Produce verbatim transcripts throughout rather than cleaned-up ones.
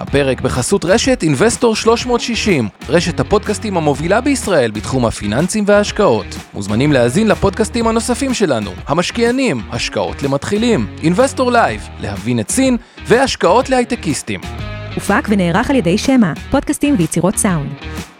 הפרק בחסות רשת Investor שלוש מאות שישים, רשת הפודקאסטים המובילה בישראל בתחום הפיננסים וההשקעות. מוזמנים להאזין לפודקאסטים הנוספים שלנו, המשקיענים, השקעות למתחילים, Investor Live, להבין את סין, והשקעות להייטקיסטים. הופק ונערך על ידי שמה, פודקאסטים ויצירות סאונד.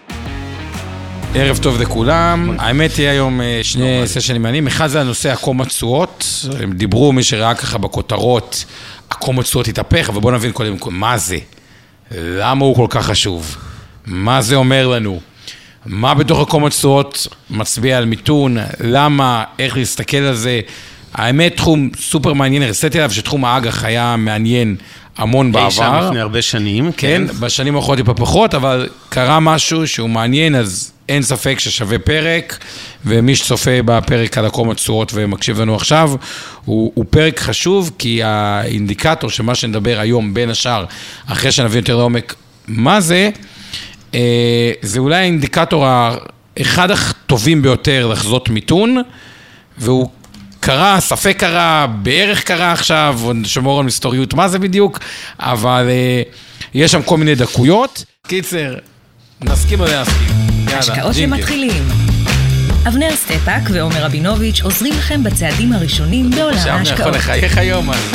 ערב טוב לכולם, האמת היא היום שני סשנים מעניינים, אחד זה הנושא הקום התשואות, הם דיברו מי שראה ככה בכותרות, הקום התשואות התהפך, אבל בואו נבין קודם כל, מה זה? למה הוא כל כך חשוב? מה זה אומר לנו? מה בתוך הקום התשואות מצביע על מיתון? למה? איך להסתכל על זה? האמת, תחום סופר מעניין, הרציתי עליו שתחום האג"ח היה מעניין המון בעבר. שם לפני הרבה שנים, כן. כן, בשנים האחרונות טיפה פחות, אבל קרה משהו שהוא מעניין, אז אין ספק ששווה פרק, ומי שצופה בפרק על הקום התשואות ומקשיב לנו עכשיו, הוא, הוא פרק חשוב, כי האינדיקטור שמה שנדבר היום בין השאר, אחרי שנבין יותר לעומק מה זה, אה, זה אולי האינדיקטור אחד הטובים ביותר לחזות מיתון, והוא קרה, ספק קרה, בערך קרה עכשיו, שמור על מסתוריות, מה זה בדיוק, אבל אה, יש שם כל מיני דקויות. קיצר, נסכים או לא נסכים. השקעות שמתחילים. אבנר סטפאק ועומר רבינוביץ' עוזרים לכם בצעדים הראשונים בעולם ההשקעות. שאבנר יכול לחייך היום, אז...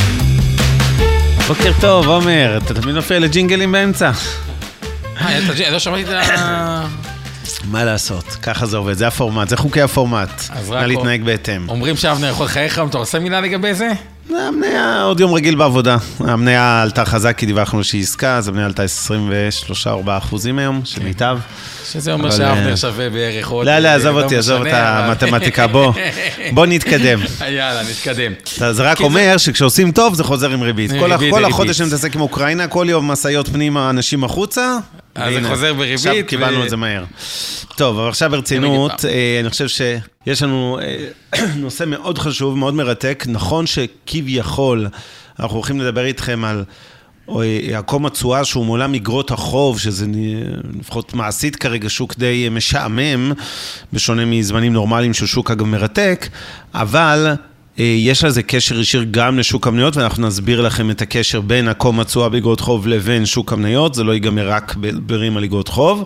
בוקר טוב, עומר, אתה תמיד נופל לג'ינגלים באמצע. אה, לא שמעתי את ה... מה לעשות? ככה זה עובד, זה הפורמט, זה חוקי הפורמט. נא להתנהג בהתאם. אומרים שאבנר יכול לחייך היום, אתה עושה מילה לגבי זה? המניה עוד יום רגיל בעבודה. המניה עלתה חזק כי דיווחנו שהיא עסקה, אז המניה עלתה עשרים ושלושה עד ארבעה אחוזים היום, של מיטב. שזה אומר שאבנר שווה בערך עוד... לא, לא, עזוב אותי, עזוב את המתמטיקה, בוא, בוא נתקדם. יאללה, נתקדם. זה רק אומר שכשעושים טוב זה חוזר עם ריבית. כל החודש נתעסק עם אוקראינה, כל יום מסעיות פנימה אנשים החוצה. אז זה חוזר בריבית. עכשיו קיבלנו את זה מהר. טוב, אבל עכשיו ברצינות, אני חושב שיש לנו נושא מאוד חשוב, מאוד מרתק. נכון שכביכול, אנחנו הולכים לדבר איתכם על הקום התשואה שהוא מעולם אגרות החוב, שזה לפחות מעשית כרגע שוק די משעמם, בשונה מזמנים נורמליים של שוק אגב מרתק, אבל יש לזה קשר ישיר גם לשוק המניות, ואנחנו נסביר לכם את הקשר בין הקום התשואה באגרות חוב לבין שוק המניות, זה לא ייגמר רק בדברים על אגרות חוב.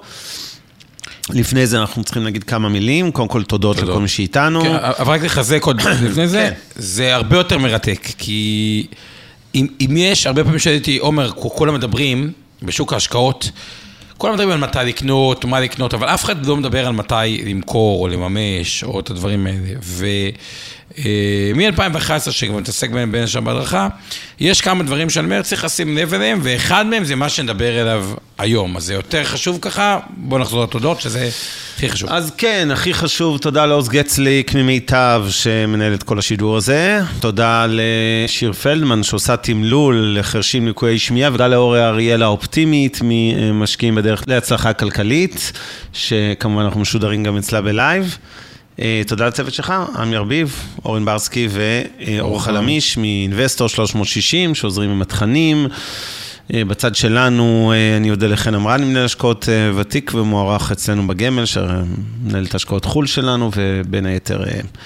לפני זה אנחנו צריכים להגיד כמה מילים, קודם כל תודות לכל מי שאיתנו. אבל רק לחזק עוד לפני זה, זה הרבה יותר מרתק, כי אם, אם יש, הרבה פעמים שהייתי, עומר, כולם מדברים בשוק ההשקעות, כולם מדברים על מתי לקנות, מה לקנות, אבל אף אחד לא מדבר על מתי למכור או לממש, או את הדברים האלה. ו... מ-אלפיים ואחת עשרה שגם מתעסק בין בין שם בהדרכה, יש כמה דברים שאני אומר, צריך לשים לב אליהם, ואחד מהם זה מה שנדבר אליו היום. אז זה יותר חשוב ככה, בואו נחזור לתודות, שזה הכי חשוב. אז כן, הכי חשוב, תודה לעוז גצליק ממיטב, שמנהל את כל השידור הזה. תודה לשיר פלדמן, שעושה תמלול לחרשים ליקויי שמיעה, ותודה לאורי אריאל האופטימית, ממשקיעים בדרך להצלחה כלכלית, שכמובן אנחנו משודרים גם אצלה בלייב. תודה לצוות שלך, עמי ארביב, אורן ברסקי ואור חלמיש מאינבסטור שלוש מאות שישים, שעוזרים עם התכנים. בצד שלנו, אני יודע לכן אמרן, מנהל השקעות ותיק ומוערך אצלנו בגמל, שמנהל את השקעות חול שלנו, ובין היתר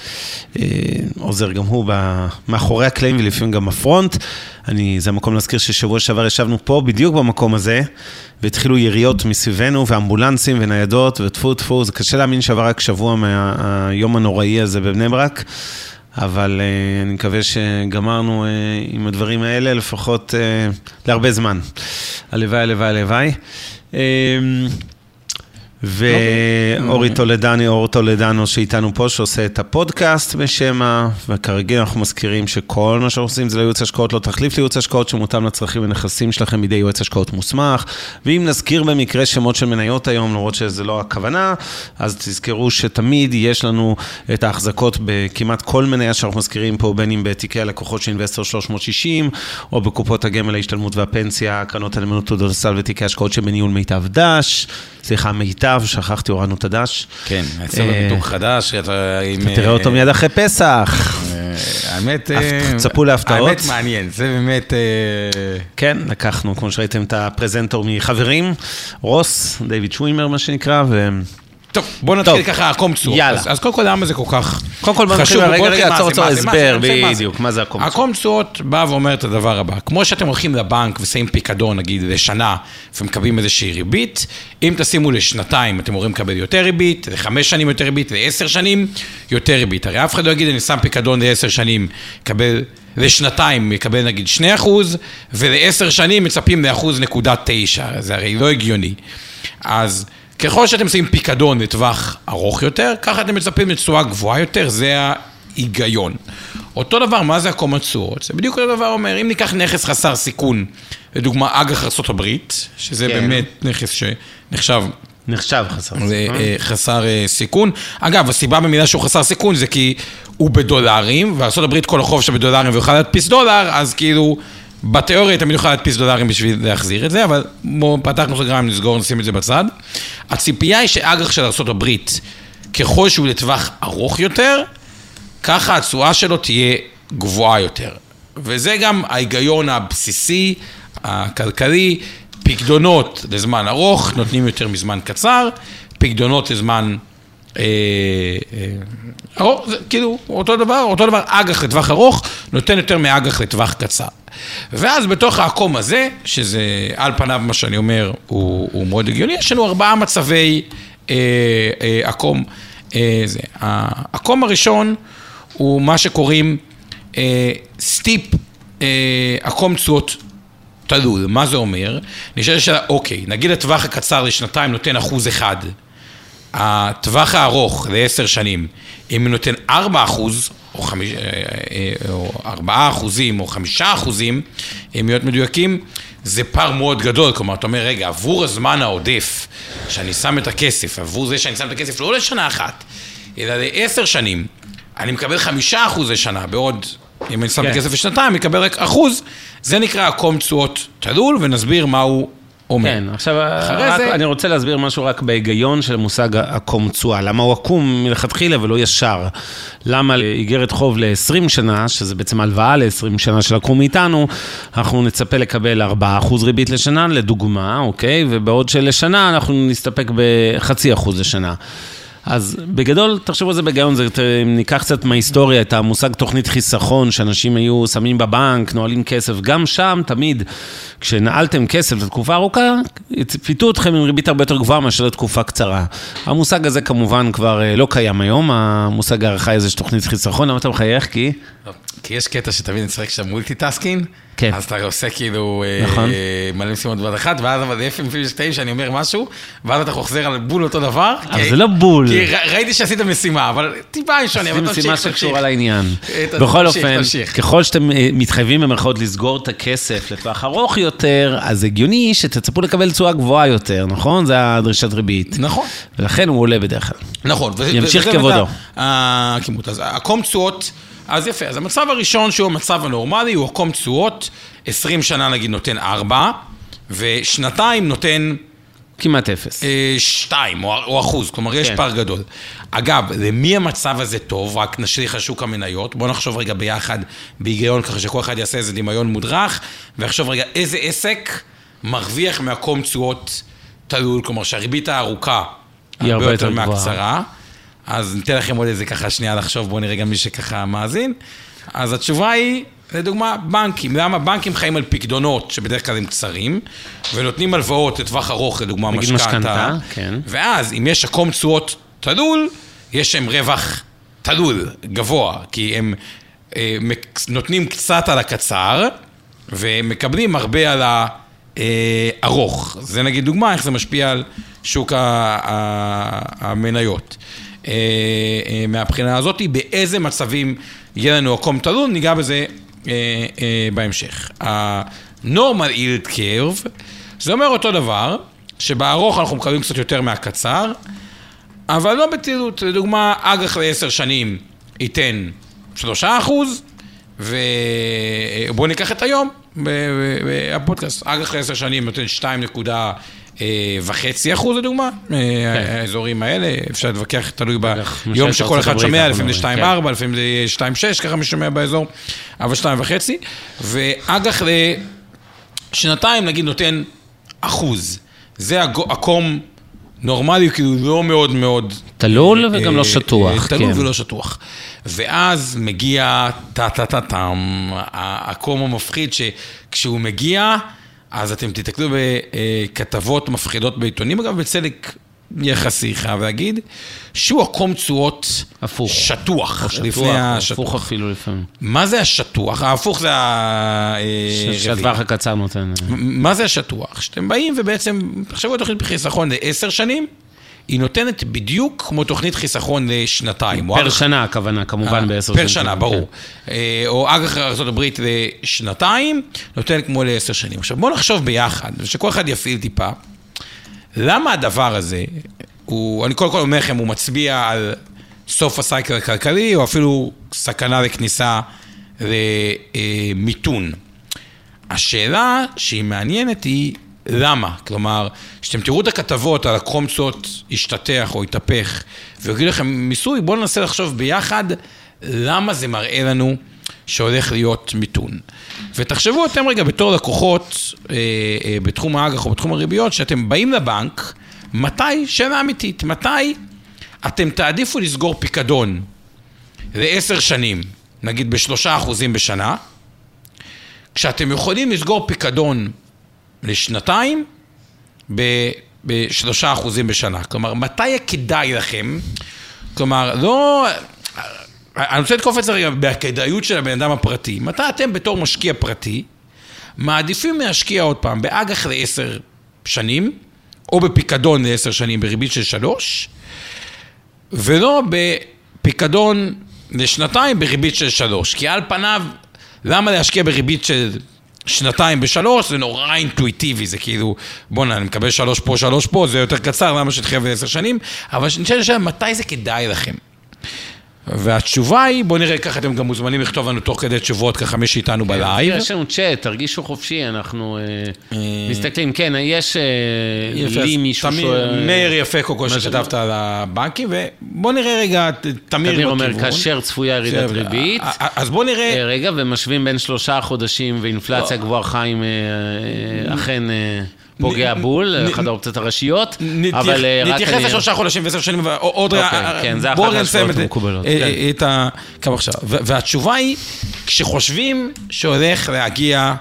עוזר גם הוא מאחורי הקלעים ולפעמים גם בפרונט. אני, זה המקום להזכיר ששבוע שעבר ישבנו פה בדיוק במקום הזה, והתחילו יריות מסביבנו, ואמבולנסים וניידות, וטפו טפו, זה קשה להאמין שעבר רק שבוע מהיום הנוראי הזה בבני ברק, אבל uh, אני מקווה שגמרנו uh, עם הדברים האלה, לפחות uh, להרבה זמן. הלוואי, הלוואי, הלוואי. Uh, ואורי טולדני, אור טולדנו שאיתנו פה, שעושה את הפודקאסט בשמה, וכרגע אנחנו מזכירים שכל מה שאנחנו עושים זה לייעוץ השקעות, לא תחליף לייעוץ השקעות שמותאם לצרכים ונכסים שלכם בידי יועץ השקעות מוסמך, ואם נזכיר במקרה שמות של מניות היום, למרות שזה לא הכוונה, אז תזכרו שתמיד יש לנו את ההחזקות בכמעט כל מניה שאנחנו מזכירים פה, בין אם בתיקי הלקוחות של אינבסטור שלוש מאות שישים, או בקופות הגמל ההשתלמות והפנסיה, קרנות הנאמנות תעודות הסל ותיקי השקעות שבניהול מיטב דש, סליחה, מיטב, שכחתי, הורדנו את הדש. כן, אצלנו ביטוח חדש. אתה תראה אותו מיד אחרי פסח. האמת... צפו להפתעות. האמת מעניין, זה באמת... כן, לקחנו, כמו שראיתם, את הפרזנטור מחברים, רוס, דיוויד שווימר, מה שנקרא, טוב, בוא נתחיל ככה עקום תשואות. יאללה. אז קודם כל, למה זה כל כך קודם כל, חשוב? רגע, רגע, עצור, עצור, הסבר, בדיוק, מה זה עקום תשואות? עקום תשואות בא ואומר את הדבר הבא, כמו שאתם הולכים לבנק ושמים פיקדון, נגיד, לשנה, ומקבלים איזושהי ריבית, אם תשימו לשנתיים, אתם אומרים לקבל יותר ריבית, לחמש שנים יותר ריבית, לעשר שנים יותר ריבית. הרי אף אחד לא יגיד, אני שם פיקדון לעשר שנים, קבל, לשנתיים יקבל נגיד שני אחוז, ולעשר שנים מצפים לאחוז נקודה תשע, זה הרי לא הגיוני. אז ככל שאתם שמים פיקדון לטווח ארוך יותר, ככה אתם מצפים לתשואה גבוהה יותר, זה ההיגיון. אותו דבר, מה זה עקום התשואות? זה בדיוק אותו דבר אומר, אם ניקח נכס חסר סיכון, לדוגמה אג"ח ארצות הברית, שזה כן. באמת נכס שנחשב נחשב חסר סיכון. חסר סיכון. אגב, הסיבה במילה שהוא חסר סיכון זה כי הוא בדולרים, וארצות הברית כל החוב שבדולרים ויוכל להדפיס דולר, אז כאילו בתיאוריה תמיד יוכל להדפיס דולרים בשביל להחזיר את זה, אבל בואו פתחנו סגריים, נסגור, נשים את זה בצד. הציפייה היא שאג"ח של ארצות הברית, ככל שהוא לטווח ארוך יותר, ככה התשואה שלו תהיה גבוהה יותר. וזה גם ההיגיון הבסיסי, הכלכלי, פקדונות לזמן ארוך, נותנים יותר מזמן קצר, פקדונות לזמן אה, אה, ארוך, זה כאילו אותו דבר, אותו דבר, אג"ח לטווח ארוך, נותן יותר מאג"ח לטווח קצר. ואז בתוך העקום הזה, שזה על פניו מה שאני אומר, הוא, הוא מאוד הגיוני, יש לנו ארבעה מצבי אה, אה, עקום. אה, זה. העקום הראשון הוא מה שקוראים אה, סטיפ אה, עקום תשואות תלול. מה זה אומר? נשאל שאלה, אוקיי, נגיד הטווח הקצר לשנתיים נותן אחוז אחד, הטווח הארוך לעשר שנים, אם נותן ארבע אחוז, או, חמיש, או ארבעה אחוזים, או חמישה אחוזים, אם להיות מדויקים, זה פער מאוד גדול. כלומר, אתה אומר, רגע, עבור הזמן העודף, שאני שם את הכסף, עבור זה שאני שם את הכסף, לא לשנה אחת, אלא לעשר שנים, אני מקבל חמישה אחוז לשנה, בעוד, אם אני שם את הכסף לשנתיים, אני מקבל רק אחוז, זה נקרא עקום תשואות תלול, ונסביר מה הוא אומר. כן, עכשיו, רק, זה... אני רוצה להסביר משהו רק בהיגיון של המושג עקום תשואה. למה הוא עקום מלכתחילה ולא ישר? למה איגרת חוב ל-עשרים שנה, שזה בעצם הלוואה ל-עשרים שנה שלקחו מאיתנו, אנחנו נצפה לקבל ארבעה אחוז ריבית לשנה, לדוגמה, אוקיי? ובעוד שלשנה אנחנו נסתפק בחצי אחוז לשנה. אז בגדול, תחשבו על זה בגאון, זה, אם ניקח קצת מההיסטוריה, את המושג תוכנית חיסכון, שאנשים היו שמים בבנק, נועלים כסף, גם שם תמיד, כשנעלתם כסף לתקופה ארוכה, פיתו אתכם עם ריבית הרבה יותר גבוהה מאשר לתקופה קצרה. המושג הזה כמובן כבר לא קיים היום, המושג הערכה הזה של תוכנית חיסכון, למה אתה מחייך? כי? כי יש קטע שתמיד נצטרך כשאתה מולטיטאסקינג, כן. אז אתה עושה כאילו נכון. מלא משימות בבת אחת, ואז אבל זה אפילו לפעמים שתיים שאני אומר משהו, ואז אתה חוזר על בול אותו דבר. אבל כי, זה לא בול. כי ראיתי שעשית משימה, אבל טיפה היא שונה, אבל תמשיך, משימה שקשורה לעניין. בכל אופן, ככל שאתם מתחייבים במרכאות לסגור את הכסף לטווח ארוך יותר, אז הגיוני שתצפו לקבל תשואה גבוהה יותר, נכון? זה הדרישת ריבית. נכון. ולכן הוא עולה בדרך כלל. נכון. ימשיך כבודו. הכימות. אז עקום תשואות, אז יפה, אז המצב הראשון שהוא המצב הנורמלי, הוא עקום תשואות, עשרים שנה נגיד נותן ארבע, ושנתיים נותן כמעט אפס. שתיים, או, או אחוז, כלומר יש פער גדול. אגב, למי המצב הזה טוב? רק נשליך על שוק המניות. בואו נחשוב רגע ביחד בהיגיון, ככה שכל אחד יעשה איזה דמיון מודרך, ויחשוב רגע איזה עסק מרוויח מעקום תשואות תלול, כלומר שהריבית הארוכה הרבה יותר מהקצרה. אז ניתן לכם עוד איזה ככה שנייה לחשוב, בואו נראה גם מי שככה מאזין. אז התשובה היא, לדוגמה, בנקים. למה בנקים חיים על פקדונות, שבדרך כלל הם קצרים, ונותנים הלוואות לטווח ארוך, לדוגמה, משכנתה. כן. ואז, אם יש עקום תשואות תלול, יש להם רווח תלול, גבוה, כי הם אה, נותנים קצת על הקצר, ומקבלים הרבה על הארוך. זה נגיד דוגמה, איך זה משפיע על שוק המניות. מהבחינה הזאת, באיזה מצבים יהיה לנו עקום תלול, ניגע בזה בהמשך. ה-normal yield curve, זה אומר אותו דבר, שבארוך אנחנו מקבלים קצת יותר מהקצר, אבל לא בתילות. לדוגמה, אג"ח לעשר שנים ייתן שלושה אחוז, ובואו ניקח את היום, בפודקאסט, אג"ח לעשר שנים נותן שתיים נקודה וחצי אחוז, לדוגמה, האזורים האלה, אפשר להתווכח, תלוי ביום שכל אחד שומע, לפעמים זה שתיים ארבע, לפעמים זה שתיים שש, ככה מי שומע באזור, אבל שתיים וחצי, ואג"ח לשנתיים, נגיד, נותן אחוז. זה עקום נורמלי, כאילו לא מאוד מאוד... תלול וגם לא שטוח. תלול ולא שטוח. ואז מגיע טה-טה-טה-טם, הקום המפחיד שכשהוא מגיע, אז אתם תתקלו בכתבות מפחידות בעיתונים, אגב בצדק יחסי, חייב להגיד, שהוא הקום תשואות שטוח. הפוך אפילו לפעמים. מה זה השטוח? ההפוך זה ה... שהטווח הקצר נותן. מה זה השטוח? שאתם באים ובעצם, תחשבו תוכנית חיסכון לעשר שנים, היא נותנת בדיוק כמו תוכנית חיסכון לשנתיים. פר שנה הכוונה, כמובן בעשר שנים. פר שנה, ברור. או אג"ח ארצות הברית לשנתיים, נותנת כמו לעשר שנים. עכשיו בואו נחשוב ביחד, ושכל אחד יפעיל טיפה, למה הדבר הזה, הוא, אני קודם כל אומר לכם, הוא מצביע על סוף הסייקל הכלכלי, או אפילו סכנה לכניסה למיתון. השאלה שהיא מעניינת היא, למה? כלומר, כשאתם תראו את הכתבות על הקום תשואות השתתח או התהפך, ויגיד לכם מיסוי, בואו ננסה לחשוב ביחד, למה זה מראה לנו שהולך להיות מיתון. ותחשבו אתם רגע בתור לקוחות אה, אה, בתחום האג"ח או בתחום הריביות, שאתם באים לבנק, מתי, שאלה אמיתית, מתי אתם תעדיפו לסגור פיקדון לעשר שנים, נגיד בשלושה אחוזים בשנה, כשאתם יכולים לסגור פיקדון לשנתיים בשלושה אחוזים בשנה. כלומר, מתי כדאי לכם? כלומר, לא... אני רוצה לתקוף רגע בהכדאיות של הבן אדם הפרטי. מתי אתם בתור משקיע פרטי מעדיפים להשקיע עוד פעם באג"ח לעשר שנים, או בפיקדון לעשר שנים בריבית של שלוש, ולא בפיקדון לשנתיים בריבית של שלוש. כי על פניו, למה להשקיע בריבית של שנתיים בשלוש? זה נורא אינטואיטיבי, זה כאילו, בוא נה, אני מקבל שלוש פה, שלוש פה, זה יותר קצר, למה שתחייב לעשר שנים? אבל נשאל לשאלה, מתי זה כדאי לכם? והתשובה היא, בואו נראה ככה, אתם גם מוזמנים לכתוב לנו תוך כדי תשובות ככה מי שאיתנו בלייב. יש לנו צ'אט, תרגישו חופשי, אנחנו מסתכלים, כן, יש לי מישהו שואל... מאיר יפה קוקו שכתבת על הבנקים, ובואו נראה רגע, תמיר תמיר אומר, כאשר צפויה ירידת ריבית. אז בואו נראה... רגע, ומשווים בין שלושה חודשים ואינפלציה גבוהה חיים, אכן... פוגע בול, אחד האופציות הראשיות, אבל רק אני... נתייחס לשלושה חודשים ועשר שנים, עוד רגע... כן, זה אחת ההשפעות המקובלות. את ה... כמה עכשיו. והתשובה היא, כשחושבים שהולך להגיע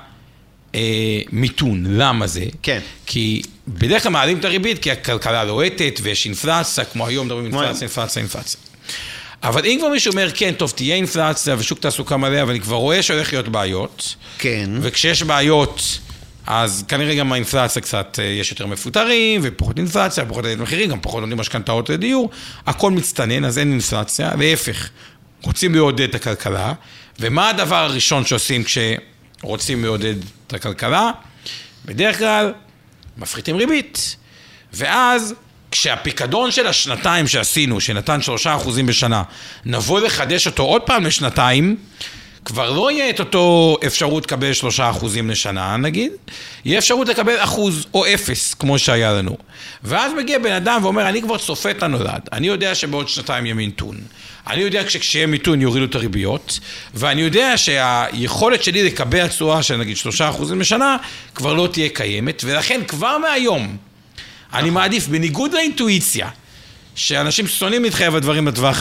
מיתון, למה זה? כן. כי בדרך כלל מעלים את הריבית, כי הכלכלה לוהטת, ויש אינפלציה, כמו היום מדברים אינפלציה, אינפלציה, אינפלציה. אבל אם כבר מישהו אומר, כן, טוב, תהיה אינפלציה ושוק תעסוקה מלא, אבל אני כבר רואה שהולך להיות בעיות. כן. וכשיש בעיות... אז כנראה גם האינפלציה קצת, יש יותר מפוטרים, ופחות אינפלציה, פחות עליית מחירים, גם פחות נותנים משכנתאות לדיור, הכל מצטנן, אז אין אינפלציה, להפך, רוצים לעודד את הכלכלה, ומה הדבר הראשון שעושים כשרוצים לעודד את הכלכלה? בדרך כלל, מפחיתים ריבית, ואז כשהפיקדון של השנתיים שעשינו, שנתן שלושה אחוזים בשנה, נבוא לחדש אותו עוד פעם לשנתיים, כבר לא יהיה את אותו אפשרות לקבל שלושה אחוזים לשנה, נגיד, יהיה אפשרות לקבל אחוז או אפס, כמו שהיה לנו. ואז מגיע בן אדם ואומר, אני כבר צופה את הנולד, אני יודע שבעוד שנתיים יהיה מיתון, אני יודע שכשיהיה מיתון יורידו את הריביות, ואני יודע שהיכולת שלי לקבל תשואה של נגיד שלושה אחוזים לשנה, כבר לא תהיה קיימת, ולכן כבר מהיום, אני מעדיף, בניגוד לאינטואיציה, שאנשים שונאים להתחייב הדברים לטווח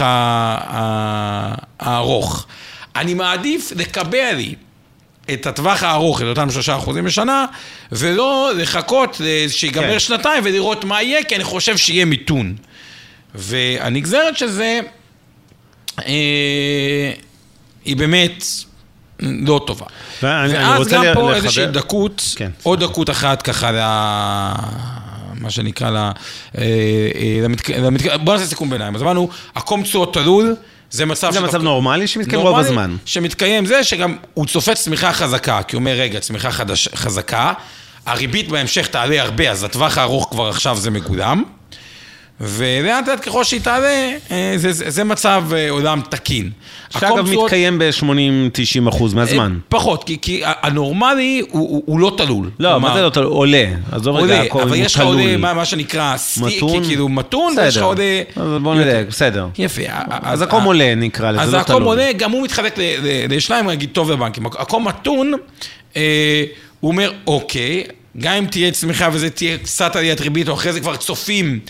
הארוך, אני מעדיף לקבע לי את הטווח הארוך, את אותם שלושה אחוזים בשנה, ולא לחכות שיגמר כן. שנתיים ולראות מה יהיה, כי אני חושב שיהיה מיתון. והנגזרת שזה, אה, היא באמת לא טובה. ואני, ואז אני גם פה לחבר... איזושהי דקות, כן. עוד דקות אחת ככה, לה... מה שנקרא לה... אה, למתק... למתק... בוא נעשה סיכום ביניים. אז אמרנו, הקום תשואות תלול, זה מצב, זה מצב נורמלי שמתקיים רוב הזמן. שמתקיים זה שגם הוא צופה צמיחה חזקה, כי הוא אומר, רגע, צמיחה חדש, חזקה, הריבית בהמשך תעלה הרבה, אז לטווח הארוך כבר עכשיו זה מגודם, ולאט לאט ככל שהיא תעלה, זה, זה, זה מצב עולם תקין. שאגב מתקיים ב-שמונים עד תשעים אחוז מהזמן. פחות, כי, כי הנורמלי הוא, הוא, הוא לא תלול. לא, מה זה לא תלול? עולה. עולה, אבל יש לך עולה, מה, מה שנקרא, מתון? כאילו מתון, ויש לך עולה... אז בוא נדאג, בסדר. יפה. אז הקום עולה נקרא לזה, אז הקום עולה, גם הוא מתחלק לשניים, נגיד טוב לבנקים. הקום מתון, הוא אומר, אוקיי, גם אם תהיה צמיחה וזה תהיה קצת עליית ריבית, או אחרי זה כבר צופים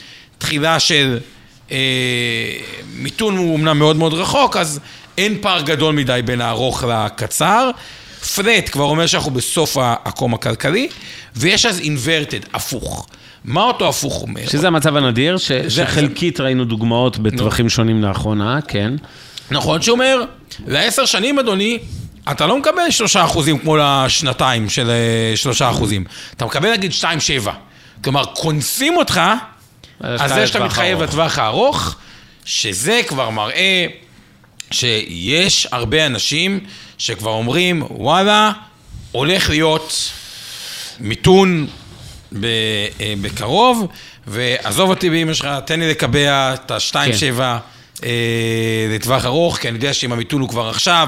תחילה של אה, מיתון הוא אמנם מאוד מאוד רחוק, אז אין פער גדול מדי בין הארוך לקצר. פלט כבר אומר שאנחנו בסוף העקום הכלכלי, ויש אז אינברטד, הפוך. מה אותו הפוך אומר? שזה המצב הנדיר, ש... שחלקית ראינו דוגמאות בטווחים שונים לאחרונה, כן. נכון, שאומר, לעשר שנים, אדוני, אתה לא מקבל שלושה אחוזים כמו לשנתיים של שלושה אחוזים. אתה מקבל, נגיד, שתיים שבע. כלומר, כונסים אותך, אז זה שאתה מתחייב לטווח הארוך, שזה כבר מראה שיש הרבה אנשים שכבר אומרים, וואלה, הולך להיות מיתון בקרוב, ועזוב אותי באמא שלך, תן לי לקבע את ה-שתיים שבע לטווח ארוך, כי אני יודע שאם המיתון הוא כבר עכשיו,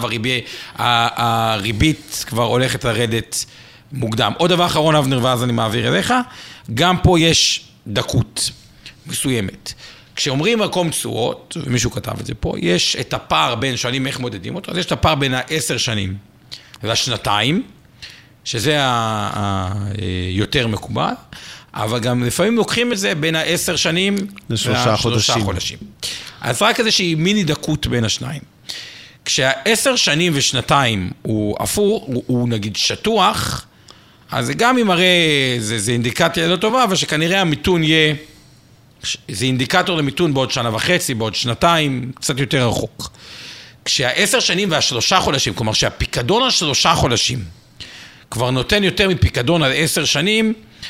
הריבית כבר הולכת לרדת מוקדם. עוד דבר אחרון, אבנר, ואז אני מעביר אליך, גם פה יש דקות מסוימת. כשאומרים מקום תשואות, ומישהו כתב את זה פה, יש את הפער בין שנים איך מודדים אותו, אז יש את הפער בין העשר שנים לשנתיים, שזה היותר מקובל, אבל גם לפעמים לוקחים את זה בין העשר שנים לשלושה חודשים. חודשים. אז רק איזושהי מיני דקות בין השניים. כשהעשר שנים ושנתיים הוא אפור, הוא, הוא נגיד שטוח, אז זה גם אם הרי זה, זה אינדיקציה לא טובה, אבל שכנראה המיתון יהיה, זה אינדיקטור למיתון בעוד שנה וחצי, בעוד שנתיים, קצת יותר רחוק. כשהעשר שנים והשלושה חודשים, כלומר שהפיקדון על שלושה חודשים, כבר נותן יותר מפיקדון על עשר שנים,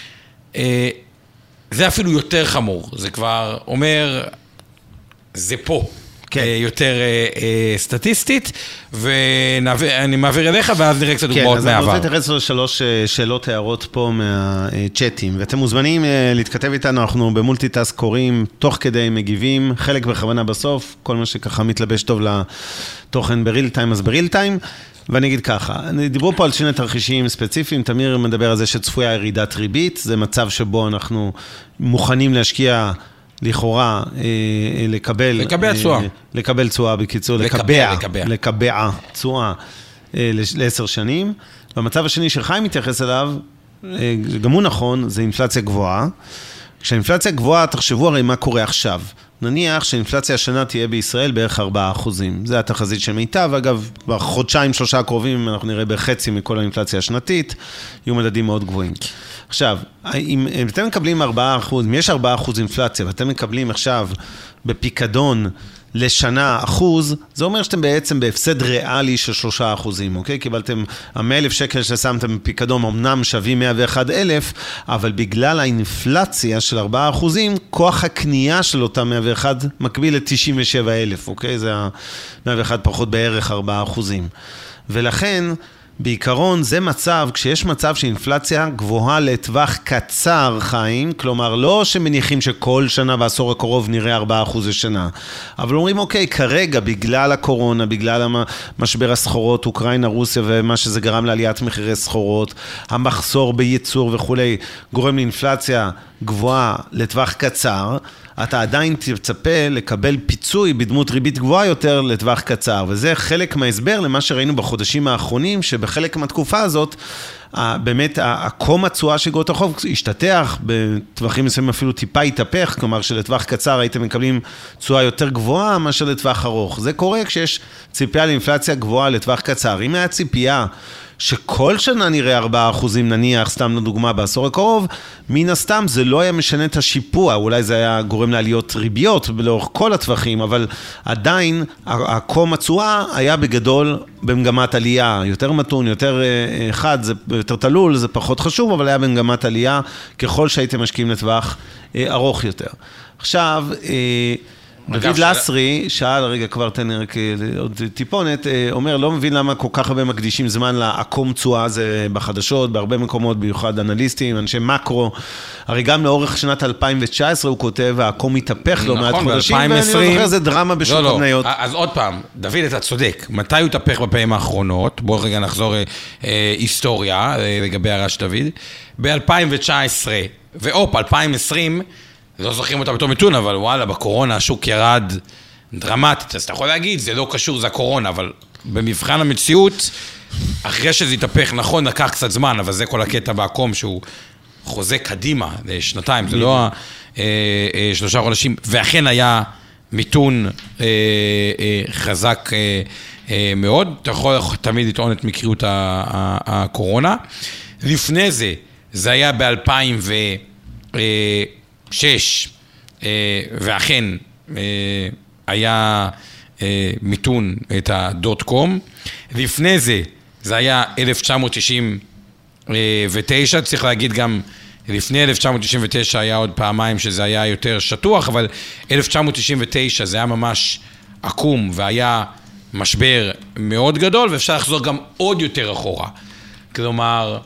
זה אפילו יותר חמור. זה כבר אומר, זה פה. כן. יותר סטטיסטית, ואני מעביר אליך, ואז נראה קצת דוגמאות מהעבר. כן, אז אני רוצה להתייחס לשלוש שאלות, הערות פה מהצ'אטים, ואתם מוזמנים להתכתב איתנו, אנחנו במולטיטאסק קוראים, תוך כדי מגיבים, חלק בכוונה בסוף, כל מה שככה מתלבש טוב לתוכן בריל טיים, אז בריל טיים, ואני אגיד ככה, דיברו פה על שני תרחישים ספציפיים, תמיר מדבר על זה שצפויה ירידת ריבית, זה מצב שבו אנחנו מוכנים להשקיע לכאורה, לקבל... לקבל צועה. לקבל צועה, בקיצור, לקבע, לקבע צועה לעשר שנים. והמצב השני שחיים מתייחס אליו, גם הוא נכון, זה אינפלציה גבוהה. כשהאינפלציה גבוהה, תחשבו הרי מה קורה עכשיו. נניח שהאינפלציה השנה תהיה בישראל בערך ארבעה אחוזים. זה התחזית של מיטב, ואגב, בחודשיים שלושה הקרובים אנחנו נראה בחצי מכל האינפלציה השנתית, יהיו מדדים מאוד גבוהים. עכשיו, אם אתם מקבלים ארבעה אחוז, אם יש ארבעה אחוז אינפלציה, ואתם מקבלים עכשיו בפיקדון לשנה אחוז, זה אומר שאתם בעצם בהפסד ריאלי של שלושה אחוזים, אוקיי? קיבלתם, המאה אלף שקל ששמתם בפיקדון, אמנם שווים מאה ואחד אלף, אבל בגלל האינפלציה של ארבעה אחוזים, כוח הקנייה של אותם מאה ואחד מקביל ל-תשעים ושבעה אלף, אוקיי? זה ה-מאה ואחד פחות בערך ארבעה אחוזים. ולכן, בעיקרון זה מצב, כשיש מצב שאינפלציה גבוהה לטווח קצר חיים, כלומר לא שמניחים שכל שנה בעשור הקרוב נראה ארבעה אחוז לשנה, אבל אומרים אוקיי, כרגע בגלל הקורונה, בגלל משבר הסחורות, אוקראינה, רוסיה ומה שזה גרם לעליית מחירי סחורות, המחסור בייצור וכו', גורם לאינפלציה גבוהה לטווח קצר, אתה עדיין תצפה לקבל פיצוי בדמות ריבית גבוהה יותר לטווח קצר, וזה חלק מההסבר למה שראינו בחודשים האחרונים, שבחלק מהתקופה הזאת, באמת הקום התשואה של אגרות החוב השתתח, בטווחים מסוימים אפילו טיפה התהפך, כלומר שלטווח קצר הייתם מקבלים תשואה יותר גבוהה מאשר לטווח ארוך. זה קורה כשיש ציפייה לאינפלציה גבוהה לטווח קצר. אם היה ציפייה שכל שנה נראה ארבעה אחוזים נניח, סתם לדוגמה בעשור הקרוב, מן הסתם זה לא היה משנה את השיפוע, אולי זה היה גורם לעליות ריביות לאורך כל הטווחים, אבל עדיין הקום התשואה היה בגדול במגמת עלייה, יותר מתון, יותר חד, זה יותר תלול, זה פחות חשוב, אבל היה במגמת עלייה ככל שהייתם משקיעים לטווח ארוך יותר. עכשיו, דוד לסרי, שאל, רגע כבר תן לי רק עוד טיפונת, אומר, לא מבין למה כל כך הרבה מקדישים זמן לעקום תשואה הזה בחדשות, בהרבה מקומות, ביוחד אנליסטים, אנשי מקרו, הרי גם לאורך שנת אלפיים תשע עשרה הוא כותב, העקום מתהפך לא מעט חודשים, ואני לא זוכר, זה דרמה בשוק המניות. אז עוד פעם, דוד, אתה צודק, מתי הוא התהפך בפעמים האחרונות? בואו רגע נחזור היסטוריה לגבי הרש דוד. ב-אלפיים תשע עשרה, ואופ, אלפיים עשרים, לא זוכרים אותה בתור מיתון, אבל וואלה, בקורונה השוק ירד דרמטית, אז אתה יכול להגיד, זה לא קשור, זה הקורונה, אבל במבחן המציאות, אחרי שזה יתהפך, נכון, לקח קצת זמן, אבל זה כל הקטע בעקום שהוא חוזה קדימה, לשנתיים, זה לא שלושה חודשים, ואכן היה מיתון חזק מאוד, אתה יכול תמיד לטעון את מקריות הקורונה. לפני זה, זה היה ב-אלפיים ושש, ואכן היה מיתון את הדוט קום. לפני זה, זה היה אלף תשע מאות תשעים ותשע, צריך להגיד גם, לפני אלף תשע מאות תשעים ותשע היה עוד פעמיים שזה היה יותר שטוח, אבל אלף תשע מאות תשעים ותשע זה היה ממש עקום, והיה משבר מאוד גדול, ואפשר לחזור גם עוד יותר אחורה. כלומר,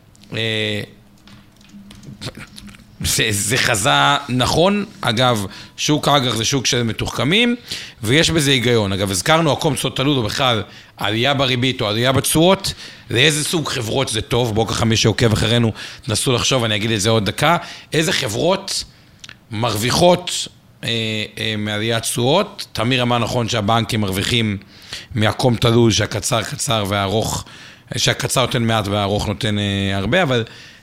זה, זה חזה נכון. אגב, שוק האג"ח זה שוק של מתוחכמים, ויש בזה היגיון. אגב, הזכרנו עקום תשואות תלוי, או בכלל עלייה בריבית או עלייה בתשואות, לאיזה סוג חברות זה טוב? בואו ככה מי שעוקב אחרינו, תנסו לחשוב, אני אגיד את זה עוד דקה. איזה חברות מרוויחות אה, אה, מעליית תשואות? תמיר אמר נכון שהבנקים מרוויחים מעקום תלוי, שהקצר קצר והארוך, שהקצר נותן מעט והארוך נותן אה, הרבה, אבל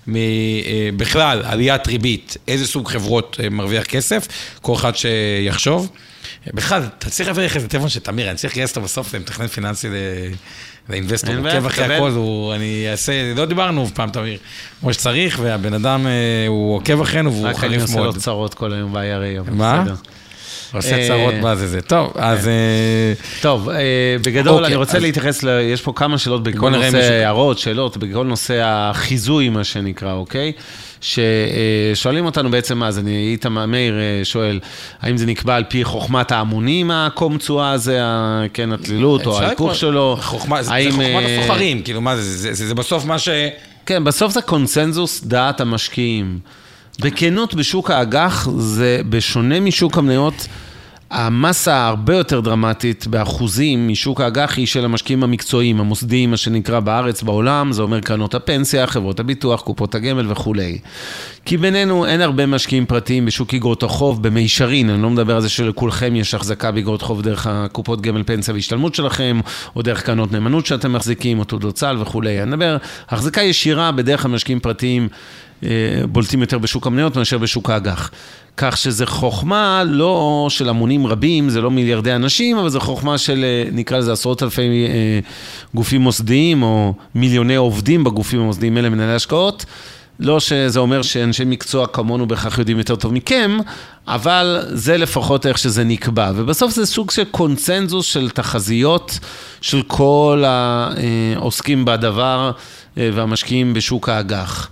בכלל, עליית ריבית, איזה סוג חברות מרוויח כסף, כל אחד שיחשוב. בכלל, אתה צריך להביא לך איזה טלפון שתמיר, אני צריך לגייס אותו בסוף למתכנן פיננסי לאינבסטור, עוקב אחרי הכל, אני אעשה, לא דיברנו פעם תמיר, כמו שצריך, והבן אדם הוא עוקב אחרינו והוא חריף מאוד. רק אני עושה לו צרות כל היום ב-איי אר איי. מה? עושה צרות מה זה זה. טוב, אז... טוב, בגדול אני רוצה להתייחס, יש פה כמה שאלות בכל נושא הערות, שאלות, בכל נושא החיזוי, מה שנקרא, אוקיי? ששואלים אותנו בעצם מה, אז אני, איתמר מאיר שואל, האם זה נקבע על פי חוכמת ההמונים, העקום תשואה הזה, כן, התלילות או ההיפוך שלו? זה חוכמת הסוחרים, כאילו מה זה, זה בסוף מה ש... כן, בסוף זה קונסנזוס דעת המשקיעים. בכנות בשוק האג"ח, זה בשונה משוק המניות, המסה הרבה יותר דרמטית באחוזים משוק האג"ח היא של המשקיעים המקצועיים, המוסדיים, מה שנקרא בארץ, בעולם, זה אומר קרנות הפנסיה, חברות הביטוח, קופות הגמל וכו'. כי בינינו אין הרבה משקיעים פרטיים בשוק אגרות החוב במישרין, אני לא מדבר על זה שלכולכם יש החזקה באגרות חוב דרך הקופות גמל פנסיה והשתלמות שלכם, או דרך קרנות נאמנות שאתם מחזיקים, או תעודות צה"ל וכו'. אני מדבר, החזקה ישירה בדרך המשקיעים פרטיים בולטים יותר בשוק המניות מאשר בשוק האג"ח. כך שזה חוכמה לא של המונים רבים, זה לא מיליארדי אנשים, אבל זה חוכמה של, נקרא לזה, עשרות אלפי גופים מוסדיים, או מיליוני עובדים בגופים המוסדיים האלה, מנהלי השקעות. לא שזה אומר שאנשי מקצוע כמונו בכך יודעים יותר טוב מכם, אבל זה לפחות איך שזה נקבע. ובסוף זה סוג של קונצנזוס של תחזיות של כל העוסקים בדבר והמשקיעים בשוק האג"ח.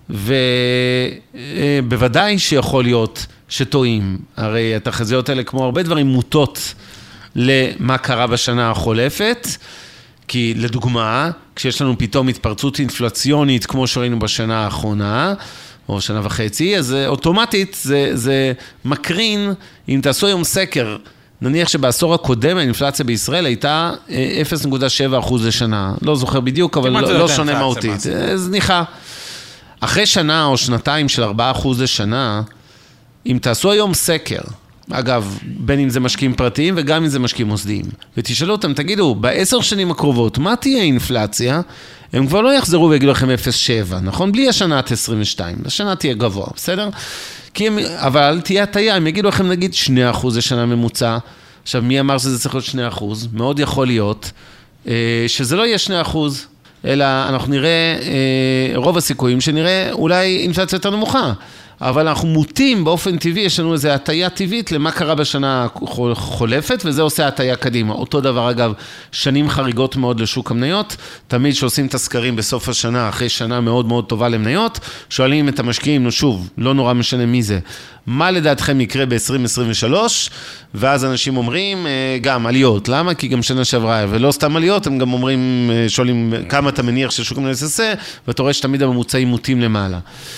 ובוודאי שיכול להיות שטועים. הרי התחזיות האלה, כמו הרבה דברים, מוטות למה קרה בשנה החולפת, כי לדוגמה, כשיש לנו פתאום התפרצות אינפלציונית, כמו שראינו בשנה האחרונה, או שנה וחצי, אז אוטומטית זה, זה מקרין, אם תעשו היום סקר, נניח שבעשור הקודם האינפלציה בישראל הייתה אפס נקודה שבע אחוז לשנה. לא זוכר בדיוק, אבל לא, לא שונה מהותית. זניחה. אחרי שנה או שנתיים של ארבעה אחוז לשנה, אם תעשו היום סקר, אגב, בין אם זה משקיעים פרטיים וגם אם זה משקיעים מוסדיים, ותשאלו אותם, תגידו, בעשר שנים הקרובות, מה תהיה האינפלציה? הם כבר לא יחזרו ויגידו לכם אפס נקודה שבע, נכון? בלי השנה עשרים ושתיים, השנה תהיה גבוה, בסדר? כי הם, אבל תהיה הטעיה, הם יגידו לכם נגיד שני אחוז לשנה ממוצע, עכשיו מי אמר שזה צריך להיות שני אחוז? מאוד יכול להיות שזה לא יהיה שני אחוז, אלא אנחנו נראה, רוב הסיכויים שנראה אולי אינפלציה יותר נמוכה, אבל אנחנו מוטים באופן טבעי, יש לנו איזו הטיה טבעית למה קרה בשנה חולפת, וזה עושה הטיה קדימה. אותו דבר אגב, שנים חריגות מאוד לשוק המניות, תמיד שעושים את הסקרים בסוף השנה, אחרי שנה מאוד מאוד טובה למניות, שואלים את המשקיעים, נו שוב, לא נורא משנה מי זה, מה לדעתכם יקרה ב-עשרים עשרים ושלוש, ואז אנשים אומרים גם עליות, למה? כי גם שנה שעברה, ולא סתם עליות, הם גם אומרים, שואלים כמה אתה מניח ששוק המניות יעשה, ואתה רואה שתמיד הממוצעים מוטים למעלה.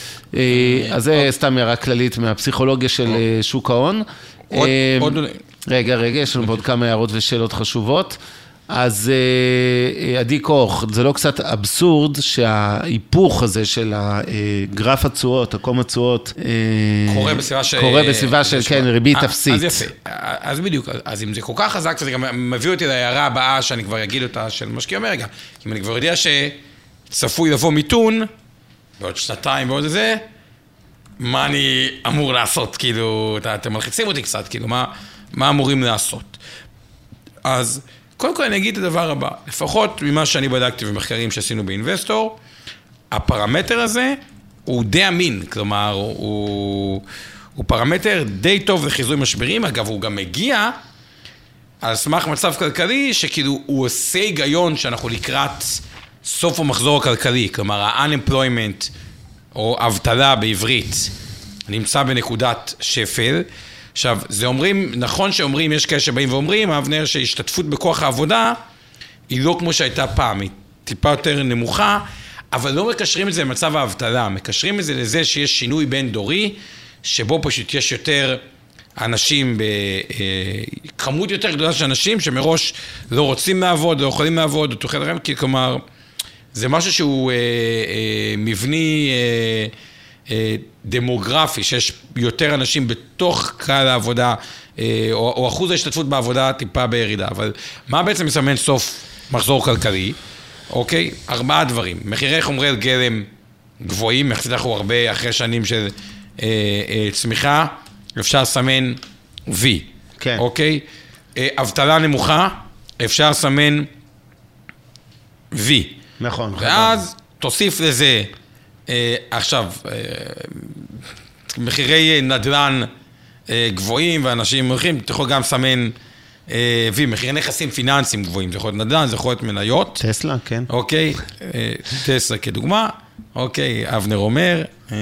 אז זה סתם הערה כללית מהפסיכולוגיה של שוק ההון. רגע, רגע, יש לנו עוד כמה הערות ושאלות חשובות. אז עדי כוח, זה לא קצת אבסורד שההיפוך הזה של הגרף התשואות, עקום התשואות, קורה בסביבה של... קורה בסביבה של, כן, ריבית אפסית. אז יפה, אז בדיוק, אז אם זה כל כך חזק, זה גם מביא אותי להערה הבאה שאני כבר אגיד אותה של משקיע אמריקה, כי אם אני כבר יודע שצפוי לבוא מיתון, בעוד שנתיים, בעוד זה, מה אני אמור לעשות, כאילו, אתם מלחיצים אותי קצת, כאילו, מה, מה אמורים לעשות? אז קודם כל אני אגיד את הדבר הבא, לפחות ממה שאני בדקתי במחקרים שעשינו באינבסטור, הפרמטר הזה הוא די אמין, כלומר, הוא, הוא פרמטר די טוב לחיזוי משברים, אגב, הוא גם מגיע על סמך מצב כלכלי, שכאילו הוא עושה היגיון שאנחנו לקראת סוף המחזור הכלכלי, כלומר, ה-unemployment, או אבטלה בעברית, נמצא בנקודת שפל. עכשיו, זה אומרים, נכון שאומרים, יש כאלה שבאים ואומרים, אבנר, שהשתתפות בכוח העבודה, היא לא כמו שהייתה פעם, היא טיפה יותר נמוכה, אבל לא מקשרים את זה למצב האבטלה, מקשרים את זה לזה שיש שינוי בין דורי, שבו פשוט יש יותר אנשים, כמות יותר גדולה של אנשים, שמראש לא רוצים לעבוד, לא יכולים לעבוד, או תוכל לראות, כי כלומר, זה משהו שהוא אה, אה, מבני אה, אה, דמוגרפי, שיש יותר אנשים בתוך קהל העבודה, אה, או, או אחוז ההשתתפות בעבודה טיפה בירידה. אבל מה בעצם מסמן סוף מחזור כלכלי? אוקיי? ארבעה דברים. מחירי חומרי גלם גבוהים, יחסית אנחנו הרבה אחרי שנים של אה, אה, צמיחה, אפשר לסמן V. כן. אוקיי? אה, אבטלה נמוכה, אפשר לסמן V. נכון. ואז תוסיף לזה, אה, עכשיו, אה, מחירי נדל"ן אה, גבוהים, ואנשים הולכים, אתה יכול גם לסמן אה, וי, מחירי נכסים פיננסיים גבוהים, זה יכול להיות נדל"ן, זה יכול להיות מניות. טסלה, כן. אוקיי, אה, טסלה כדוגמה, אוקיי, אבנר אומר, אה,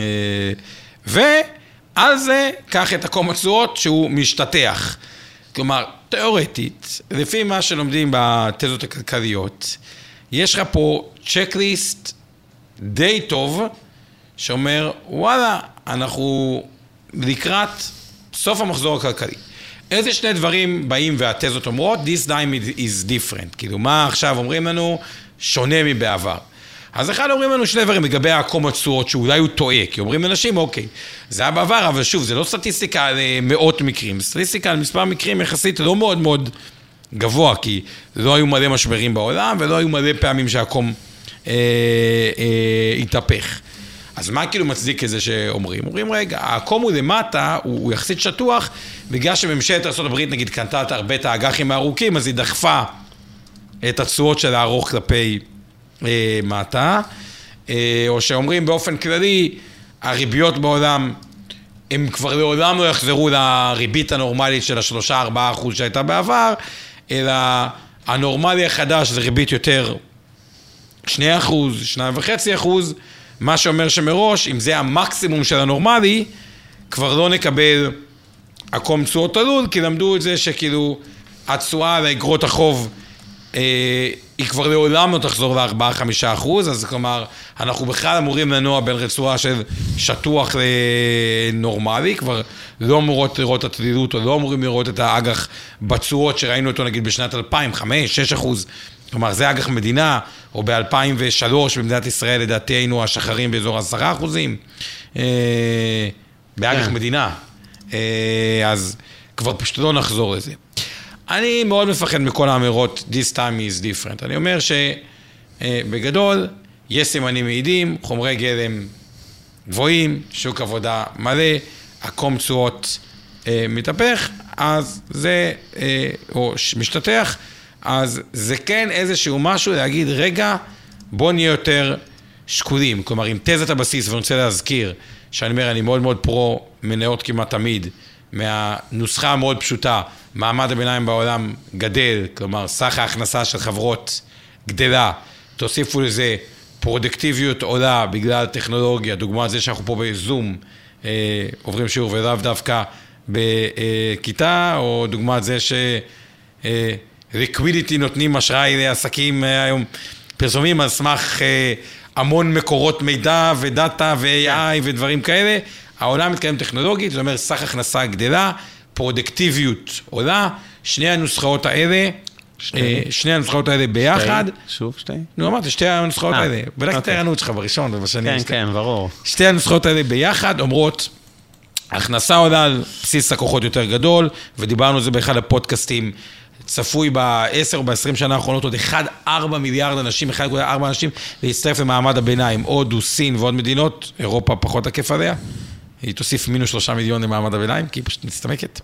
ועל זה, קח את הקום התשואות שהוא משתתח. כלומר, תיאורטית, לפי מה שלומדים בתזות הכלכליות, יש לך פה צ'קליסט די טוב, שאומר, וואלה, אנחנו לקראת סוף המחזור הכלכלי. איזה שני דברים באים והתזות אומרות, this time is different. כאילו, מה עכשיו אומרים לנו? שונה מבעבר. אז אחד אומרים לנו שני דברים לגבי הקום התשואות, שאולי הוא טועה, כי אומרים לאנשים, אוקיי, זה היה בעבר, אבל שוב, זה לא סטטיסטיקה על מאות מקרים, סטטיסטיקה על מספר מקרים יחסית לא מאוד מאוד גבוה, כי לא היו מלא משברים בעולם, ולא היו מלא פעמים שהקום אה, אה, התהפך. אז מה כאילו מצדיק את זה שאומרים? אומרים, רגע, הקום הוא למטה, הוא, הוא יחסית שטוח, בגלל שממשלת ארצות הברית, נגיד, קנתה את הרבה את האג"חים הארוכים, אז היא דחפה את התשואות של הארוך כלפי אה, מטה, אה, או שאומרים באופן כללי, הריביות בעולם, הם כבר לעולם לא יחזרו לריבית הנורמלית של השלושה ארבעה אחוז שהייתה בעבר, אלא הנורמלי החדש זה ריבית יותר שני אחוז, שניים וחצי אחוז, מה שאומר שמראש, אם זה המקסימום של הנורמלי, כבר לא נקבל עקום תשואות עלול, כי למדו את זה שכאילו התשואה על האגרות החוב, אה, היא כבר לעולם לא תחזור ל-ארבעה חמישה אחוז, אז כלומר, אנחנו בכלל אמורים לנוע בין רצועה של שטוח לנורמלי, כבר לא אמורות לראות את התדירות, או לא אמורים לראות את האג"ח בתשואות שראינו אותו נגיד בשנת אלפיים, חמש, שש אחוז, כלומר, זה אג"ח מדינה, או ב-אלפיים ושלוש במדינת ישראל, לדעתי היינו השחרים באזור עשרה אחוזים, באג"ח מדינה. אז כבר פשוט לא נחזור לזה. אני מאוד מפחד מכל האמירות, this time is different. אני אומר שבגדול, יש סימנים מעידים, חומרי גלם גבוהים, שוק עבודה מלא, עקום תשואות מתהפך, אז זה, או משתתח, אז זה כן איזשהו משהו להגיד, רגע, בוא נהיה יותר שקולים. כלומר, עם תזת הבסיס, ואני רוצה להזכיר, שאני אומר, אני מאוד מאוד פרו מניות כמעט תמיד, מהנוסחה המאוד פשוטה, מעמד הביניים בעולם גדל, כלומר, סך ההכנסה של חברות גדלה, תוסיפו לזה פרודקטיביות עולה בגלל טכנולוגיה, דוגמה זה שאנחנו פה בזום, אה, עוברים שיעור ולאו דווקא בכיתה, או דוגמה זה ש... אה, ליקווידיטי נותנים אשראי לעסקים היום, פרסומים על סמך אה, המון מקורות מידע ודאטה ו-איי איי ודברים כאלה, העולם מתקיים טכנולוגית, זאת אומרת, סך הכנסה גדלה, פרודקטיביות עולה, שני הנוסחאות האלה, שתי, אה, שני הנוסחאות האלה ביחד. שתי, שוב שתי? נו, אמרתי, שתי הנוסחאות 아, האלה, בדק את אוקיי. הערנות שלך בראשון ובשני. כן, שתי. כן, ברור. שתי הנוסחאות האלה ביחד אומרות, הכנסה עולה על בסיס לקוחות יותר גדול, ודיברנו על זה באחד הפודקאסטים, צפוי ב-עשר או ב-עשרים שנה האחרונות עוד אחד נקודה ארבע מיליארד אנשים, אחד נקודה ארבע אנשים להצטרף למעמד הביניים, הודו, סין ועוד מדינות, אירופה פחות עקף עליה, היא תוסיף מינוס שלושה מיליון למעמד הביניים, כי היא פשוט מסתמקת.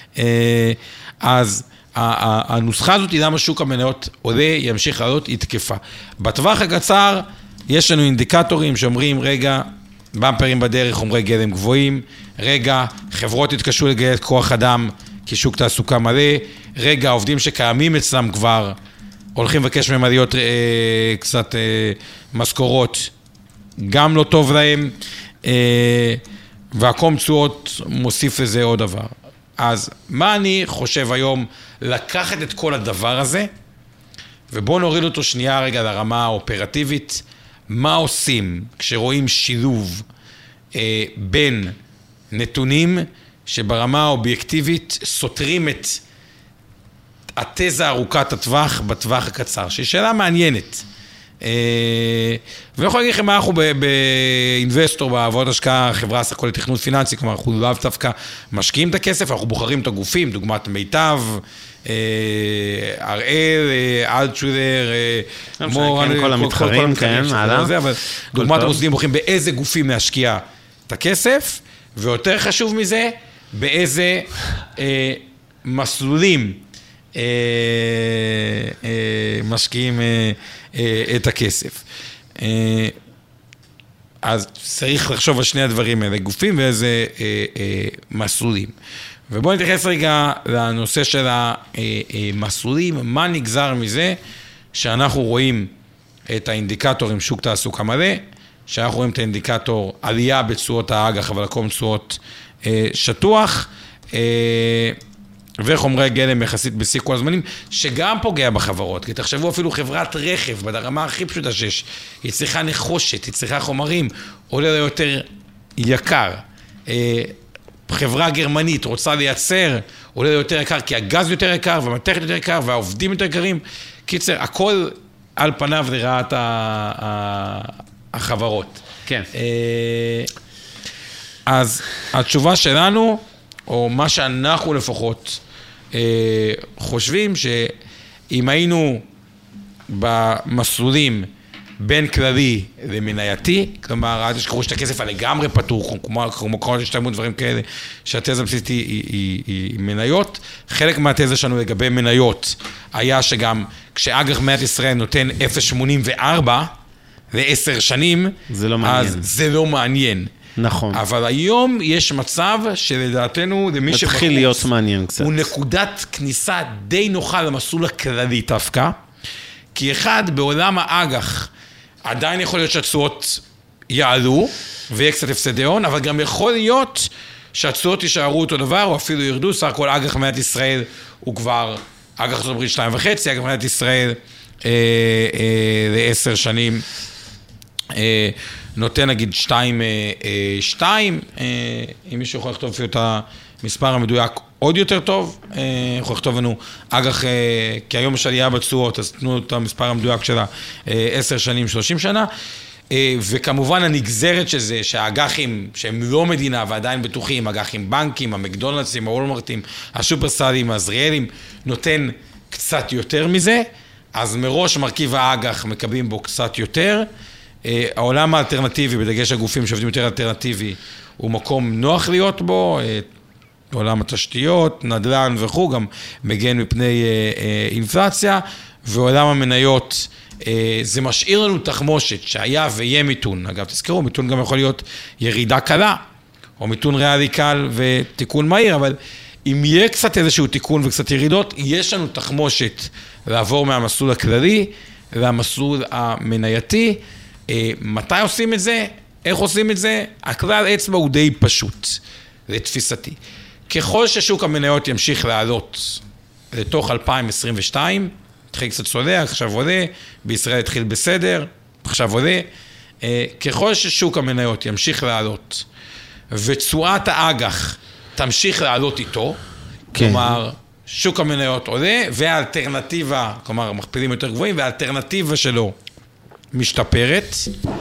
אז הנוסחה הזאת, למה שוק המניות עולה, ימשיך לעלות, היא תקפה. בטווח הקצר, יש לנו אינדיקטורים שאומרים, רגע, במפרים בדרך, חומרי גלם גבוהים, רגע, חברות התקשו לגייס כוח אדם, כי שוק תעסוקה מלא, רגע, העובדים שקיימים אצלם כבר, הולכים לבקש מהם עליות אה, קצת אה, משכורות, גם לא טוב להם, אה, והקום תשואות מוסיף לזה עוד דבר. אז מה אני חושב היום לקחת את כל הדבר הזה, ובואו נוריד אותו שנייה רגע לרמה האופרטיבית, מה עושים כשרואים שילוב אה, בין נתונים שברמה האובייקטיבית סותרים את התזה ארוכת הטווח בטווח הקצר, שהיא שאלה מעניינת. ואני יכול להגיד לכם מה אנחנו באינבסטור, בעבוד השקעה, חברה סך לתכנון פיננסי, כלומר אנחנו לא דווקא משקיעים את הכסף, אנחנו בוחרים את הגופים, דוגמת מיטב, הראל, אלטשולר, מור, כל המתחרים, כן, הלאה. דוגמת המוסדים בוחרים באיזה גופים להשקיע את הכסף, ויותר חשוב מזה, באיזה מסלולים משקיעים את הכסף. אז צריך לחשוב על שני הדברים האלה, גופים ואיזה מסלולים. ובואו נתייחס רגע לנושא של המסלולים, מה נגזר מזה שאנחנו רואים את האינדיקטורים שוק תעסוקה מלא, שאנחנו רואים את האינדיקטור עלייה בתשואות האג"ח, אבל הקום תשואות שטוח, וחומרי גלם יחסית בשיא כל הזמנים, שגם פוגע בחברות, כי תחשבו אפילו חברת רכב, ברמה הכי פשוטה שיש, היא צריכה נחושת, היא צריכה חומרים, עולה לה יותר יקר. חברה גרמנית רוצה לייצר, עולה לה יותר יקר, כי הגז יותר יקר, והמתכת יותר יקר, והעובדים יותר יקרים. קיצר, הכל על פניו לרעת החברות. כן. אז התשובה שלנו, או מה שאנחנו לפחות חושבים, שאם היינו במסלולים בין כללי למנייתי, כלומר, אל תשכחו שאת הכסף לגמרי פתור, כמו כל השתלמות דברים כאלה, שהתזה הבסיסית היא, היא, היא, היא מניות. חלק מהתזה שלנו לגבי מניות היה שגם כשאג"ח מדינת ישראל נותן אפס נקודה שמונים וארבע לעשר שנים, זה לא מעניין. אז זה לא מעניין. נכון. אבל היום יש מצב שלדעתנו, למי שבחוץ, מתחיל להיות מעניין קצת. הוא נקודת כניסה די נוחה למסלול הכללי דווקא, כי אחד, בעולם האג"ח, עדיין יכול להיות שהתשואות יעלו, ויהיה קצת הפסדי הון, אבל גם יכול להיות שהתשואות יישארו אותו דבר, או אפילו ירדו, סך הכל אג"ח מדינת ישראל הוא כבר, אג"ח ארצות הברית שתיים וחצי, אג"ח מדינת ישראל אה, אה, לעשר שנים, אה, נותן נגיד שתיים, שתיים, אם מישהו יכול לכתוב אפילו את המספר המדויק עוד יותר טוב, יכול לכתוב לנו אג"ח, כי היום יש עלייה בתשואות, אז תנו את המספר המדויק שלה, עשר שנים, שלושים שנה, וכמובן הנגזרת של זה, שהאג"חים שהם לא מדינה ועדיין בטוחים, אג"חים בנקים, המקדונלדסים, הוולמרטים, השופרסלים, הזריאלים, נותן קצת יותר מזה, אז מראש מרכיב האג"ח מקבלים בו קצת יותר, העולם האלטרנטיבי, בדגש הגופים שעובדים יותר אלטרנטיבי, הוא מקום נוח להיות בו, עולם התשתיות, נדל"ן וכו', גם מגן מפני אינפלציה, ועולם המניות, זה משאיר לנו תחמושת שהיה ויהיה מיתון. אגב, תזכרו, מיתון גם יכול להיות ירידה קלה, או מיתון ריאלי קל ותיקון מהיר, אבל אם יהיה קצת איזשהו תיקון וקצת ירידות, יש לנו תחמושת לעבור מהמסלול הכללי למסלול המנייתי. מתי עושים את זה? איך עושים את זה? הכלל אצבע הוא די פשוט, לתפיסתי. ככל ששוק המניות ימשיך לעלות לתוך אלפיים עשרים ושתיים, התחיל קצת צולע, עכשיו עולה, בישראל התחיל בסדר, עכשיו עולה, ככל ששוק המניות ימשיך לעלות, ותשואת האג"ח תמשיך לעלות איתו, כן. כלומר, שוק המניות עולה, והאלטרנטיבה, כלומר, מכפילים יותר גבוהים, והאלטרנטיבה שלו משתפרת,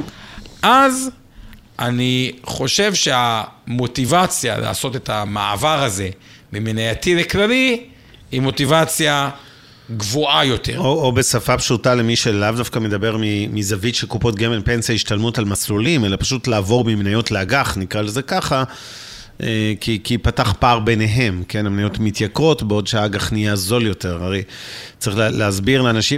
אז אני חושב שהמוטיבציה לעשות את המעבר הזה ממנייתי לכללי, היא מוטיבציה גבוהה יותר. או, או בשפה פשוטה למי שלאו דווקא מדבר מזווית של קופות גמל פנסיה השתלמות על מסלולים, אלא פשוט לעבור ממניות לאג"ח, נקרא לזה ככה, כי, כי פתח פער ביניהם, כן? המניות מתייקרות, בעוד שהאג"ח נהיה זול יותר. הרי צריך להסביר לאנשים,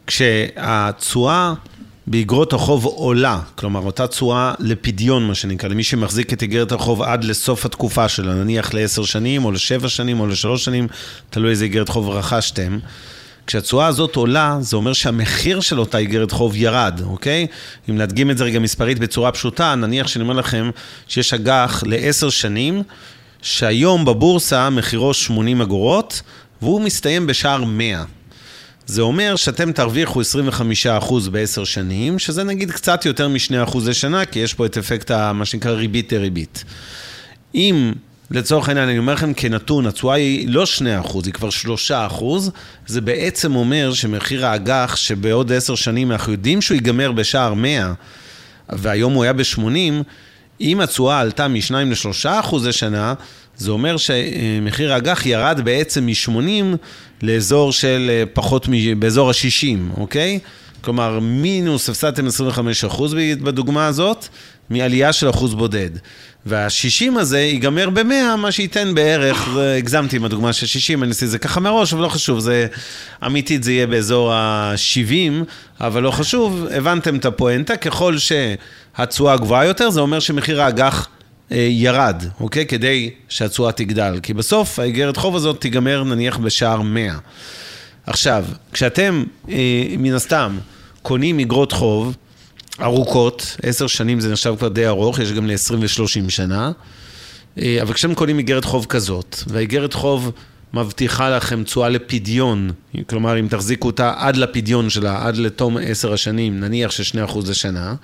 כשהתשואה באגרות החוב עולה, כלומר, אותה תשואה לפדיון, מה שנקרא, למי שמחזיק את אגרת החוב עד לסוף התקופה שלה, נניח לעשר שנים, או לשבע שנים, או לשלוש שנים, תלוי איזה אגרת חוב רכשתם. כשהתשואה הזאת עולה, זה אומר שהמחיר של אותה אגרת חוב ירד, אוקיי? אם נדגים את זה רגע מספרית בצורה פשוטה, נניח שאני אומר לכם שיש אג"ח לעשר שנים, שהיום בבורסה מחירו שמונים אגורות, והוא מסתיים בשער מאה. זה אומר שאתם תרוויחו עשרים וחמישה אחוז בעשר שנים, שזה נגיד קצת יותר משני אחוז לשנה, כי יש פה את אפקט מה שנקרא ריבית דריבית. אם לצורך העניין, אני אומר לכם כנתון, התשואה היא לא שני אחוז, היא כבר שלושה אחוז, זה בעצם אומר שמחיר האג"ח שבעוד עשר שנים אנחנו יודעים שהוא ייגמר בשער מאה, והיום הוא היה ב-שמונים, אם התשואה עלתה מ-שניים לשלושה אחוז לשנה, זה אומר שמחיר האג"ח ירד בעצם מ-שמונים לאזור של פחות, באזור ה-שישים, אוקיי? כלומר, מינוס, הפסדתם עשרים וחמישה אחוז בדוגמה הזאת, מעלייה של אחוז בודד. וה-שישים הזה ייגמר ב-מאה, מה שייתן בערך, הגזמתי עם הדוגמה של שישים, אני עושה את זה ככה מראש, אבל לא חשוב, זה אמיתית, זה יהיה באזור ה-שבעים, אבל לא חשוב, הבנתם את הפואנטה, ככל שהתשואה גבוהה יותר, זה אומר שמחיר האג"ח ירד, אוקיי? כדי שהתשואה תגדל, כי בסוף האגרת חוב הזאת תיגמר נניח בשער מאה. עכשיו, כשאתם מן הסתם קונים אגרות חוב ארוכות, עשר שנים זה נחשב כבר די ארוך, יש גם ל-עשרים ושלושים שנה, אבל כשאתם קונים אגרת חוב כזאת, והאגרת חוב מבטיחה לכם תשואה לפדיון, כלומר אם תחזיקו אותה עד לפדיון שלה, עד לתום עשר השנים, נניח ששני אחוז לשנה,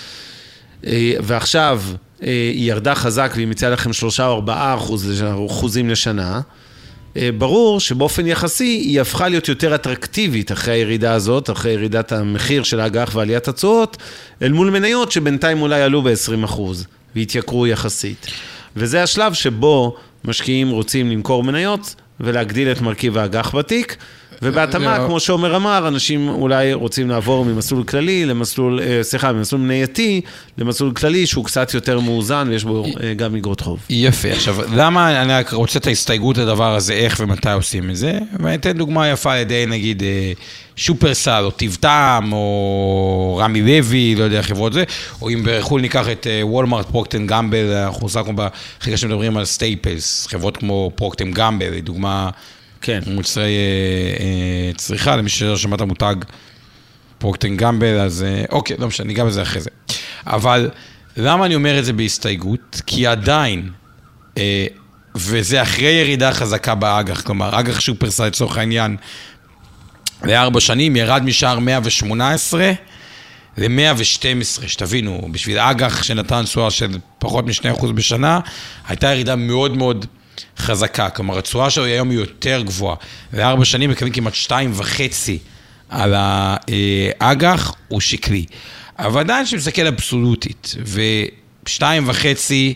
ועכשיו היא ירדה חזק והיא מציעה לכם שלושה או ארבעה אחוזים לשנה, ברור שבאופן יחסי היא הפכה להיות יותר אטרקטיבית אחרי הירידה הזאת, אחרי ירידת המחיר של האג"ח ועליית התשואות, אל מול מניות שבינתיים אולי עלו ב-עשרים אחוז והתייקרו יחסית. וזה השלב שבו משקיעים רוצים למכור מניות ולהגדיל את מרכיב האג"ח בתיק, ובהתאמה, כמו שאומר אמר, אנשים אולי רוצים לעבור ממסלול כללי למסלול, סליחה, ממסלול מנייתי, למסלול כללי שהוא קצת יותר מאוזן, ויש בו גם אגרות חוב. יפה. עכשיו, למה אני רוצה את ההסתייגות לדבר הזה, איך ומתי עושים את זה? ואני אתן דוגמה יפה על ידי, נגיד, שופרסל, או טבעתם, או רמי לוי, לא יודע, חברות זה, או אם בחול ניקח את וולמארט, פרוקטן גמבל, אנחנו עושים בחלק שמדברים על סטייפלס, חברות כמו פרוקטן גמבל, דוגמה כן. מוצרי אה, צריכה, למי שלא שמע את המותג פרוקטן גמבל, אז אה, אוקיי, לא משנה, ניגע בזה אחרי זה. אבל למה אני אומר את זה בהסתייגות? כי עדיין, אה, וזה אחרי ירידה חזקה באג"ח, כלומר, אג"ח שופרסל לצורך העניין, לארבע שנים, ירד משער מאה ושמונה עשרה ל-מאה ושתים עשרה, שתבינו, בשביל אג"ח שנתן תשואה של פחות משני אחוז בשנה, הייתה ירידה מאוד מאוד חזקה, כלומר, התשואה שלו היום היא יותר גבוהה, וארבע שנים מקווים כמעט שתיים וחצי על האג"ח, הוא שקלי. אבל עדיין שמסתכל אבסולוטית, ושתיים וחצי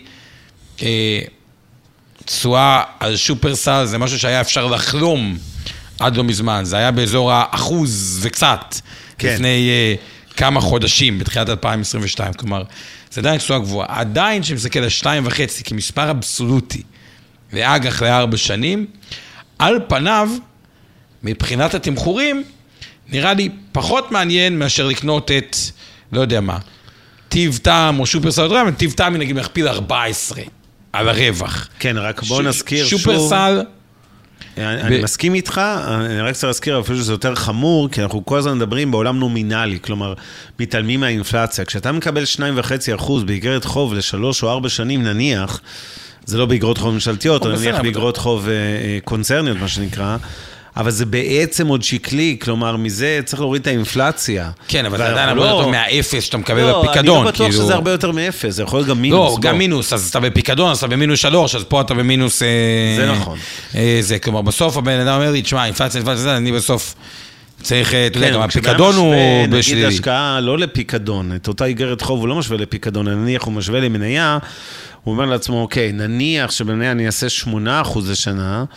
תשואה על שופרסל, זה משהו שהיה אפשר לחלום עד לא מזמן, זה היה באזור האחוז וקצת, כן. לפני כמה חודשים, בתחילת אלפיים עשרים ושתיים, כלומר, זה עדיין תשואה גבוהה, עדיין שמסתכל על שתיים וחצי כמספר אבסולוטי, ואג"ח לארבע שנים, על פניו, מבחינת התמחורים, נראה לי פחות מעניין מאשר לקנות את, לא יודע מה, טבעתם או שופרסל, טבעתם נגיד מכפיל ארבע עשרה על הרווח. כן, רק בואו נזכיר שוב. שופרסל, אני מסכים איתך, אני רק צריך להזכיר, אפילו שזה יותר חמור, כי אנחנו כל הזמן מדברים בעולם נומינלי, כלומר, מתעלמים מהאינפלציה. כשאתה מקבל שניים וחצי אחוז באגרת חוב לשלוש או ארבע שנים נניח, זה לא באגרות חוב ממשלתיות, או נניח באגרות חוב קונצרניות, מה שנקרא, אבל זה בעצם עוד שקלי, כלומר, מזה צריך להוריד את האינפלציה. כן, אבל זה עדיין הרבה יותר מהאפס שאתה מקבל בפיקדון. לא, אני לא בטוח שזה הרבה יותר מאפס, זה יכול להיות גם מינוס. לא, גם מינוס, אז אתה בפיקדון, אז אתה במינוס שלוש, אז פה אתה במינוס... זה נכון. זה, כלומר, בסוף הבן אדם אומר לי, תשמע, אינפלציה, אינפלציה, אני בסוף צריך, אתה יודע, גם הפיקדון הוא בשלילי. נגיד השקעה לא לפיקדון, את אותה אגרת חוב הוא לא משווה לפיקדון, נניח הוא משווה למניה, הוא אומר לעצמו, אוקיי, נניח שבמניה אני אעשה שמונה אחוז לשנה,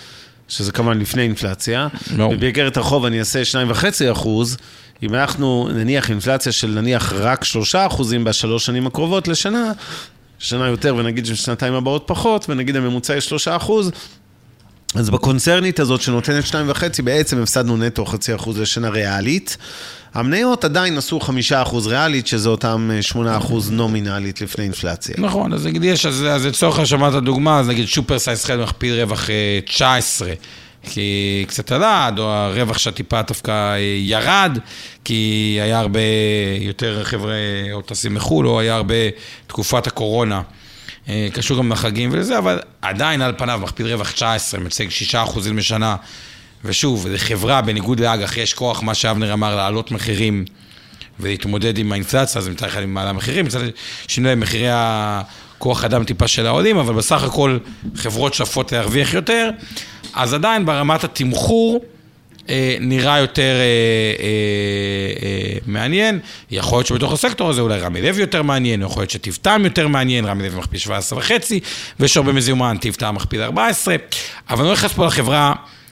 שזה כמובן לפני אינפלציה, לא. ובאגרת החוב אני אעשה שניים וחצי אחוז, אם אנחנו נניח אינפלציה של נניח רק שלושה אחוזים בשלוש שנים הקרובות לשנה, שנה יותר ונגיד ששנתיים הבאות פחות, ונגיד הממוצע יש שלושה אחוז, אז בקונצרנית הזאת שנותנת שניים וחצי, בעצם הפסדנו נטו חצי אחוז לשנה ריאלית. המניות עדיין עשו חמישה אחוז ריאלית, שזה אותם שמונה אחוז נומינלית לפני אינפלציה. נכון, אז נגיד יש, אז, אז לצורך השמעת הדוגמה, אז נגיד שופרסל ישראל מכפיל רווח תשע עשרה, כי קצת עלה, או הרווח שהטיפה דווקא ירד, כי היה הרבה יותר חבר'ה או טסים מחול, או היה הרבה תקופת הקורונה, קשור גם לחגים ולזה, אבל עדיין על פניו מכפיל רווח תשע עשרה, מצג שישה אחוזים בשנה, ושוב, לחברה בניגוד לאג"ח יש כוח, מה שאבנר אמר, לעלות מחירים ולהתמודד עם האינפלציה, אז מצד אחד עם מעלה מחירים, מצד שינוי מחירי הכוח אדם טיפה של העולים, אבל בסך הכל חברות שפות להרוויח יותר, אז עדיין ברמת התמחור אה, נראה יותר אה, אה, אה, מעניין. יכול להיות שבתוך הסקטור הזה אולי רמי לוי יותר מעניין, יכול להיות שטבטם יותר מעניין, רמי לוי מכפיל שבע עשרה וחצי, ויש הרבה מזיומן, טבטם מכפיל ארבע עשרה, אבל אני לא נכנס פה לחברה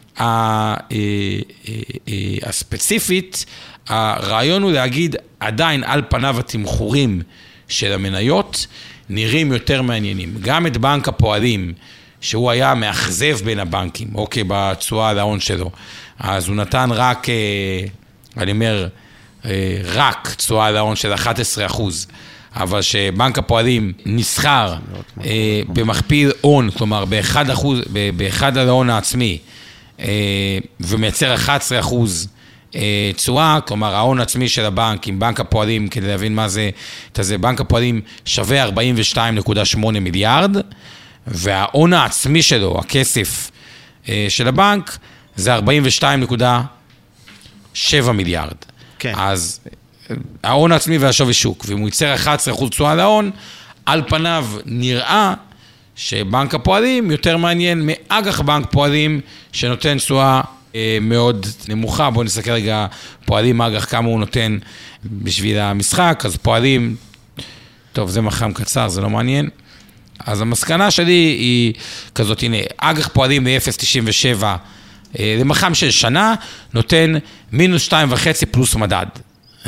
הספציפית. הרעיון הוא להגיד, עדיין על פניו התמחורים של המניות נראים יותר מעניינים. גם את בנק הפועלים, שהוא היה מאכזב בין הבנקים, אוקיי, בצועה על ההון שלו, אז הוא נתן רק, אני אומר, רק צועה על ההון של אחת עשרה אחוז, אבל שבנק הפועלים נסחר במכפיל הון, כלומר באחד אחוז, באחד על ההון העצמי, ומייצר אחת עשרה אחוז צועה, כלומר ההון העצמי של הבנק עם בנק הפועלים, כדי להבין מה זה, זה בנק הפועלים שווה ארבעים ושתיים נקודה שמונה מיליארד, וההון העצמי שלו, הכסף של הבנק, זה ארבעים ושתיים נקודה שבע מיליארד. כן. אז ההון העצמי והשווי שוק, ואם הוא ייצר אחת עשרה אחוז צועה להון, על פניו נראה שבנק הפועלים יותר מעניין מאג"ח בנק פועלים, שנותן תשואה אה, מאוד נמוכה. בואו נסתכל רגע, פועלים אג"ח כמה הוא נותן בשביל המשחק, אז פועלים, טוב, זה מחם קצר, זה לא מעניין. אז המסקנה שלי היא כזאת, הנה, אג"ח פועלים ל-אפס נקודה תשעים ושבע, אה, למחם של שנה, נותן מינוס שתיים וחצי פלוס מדד. אה,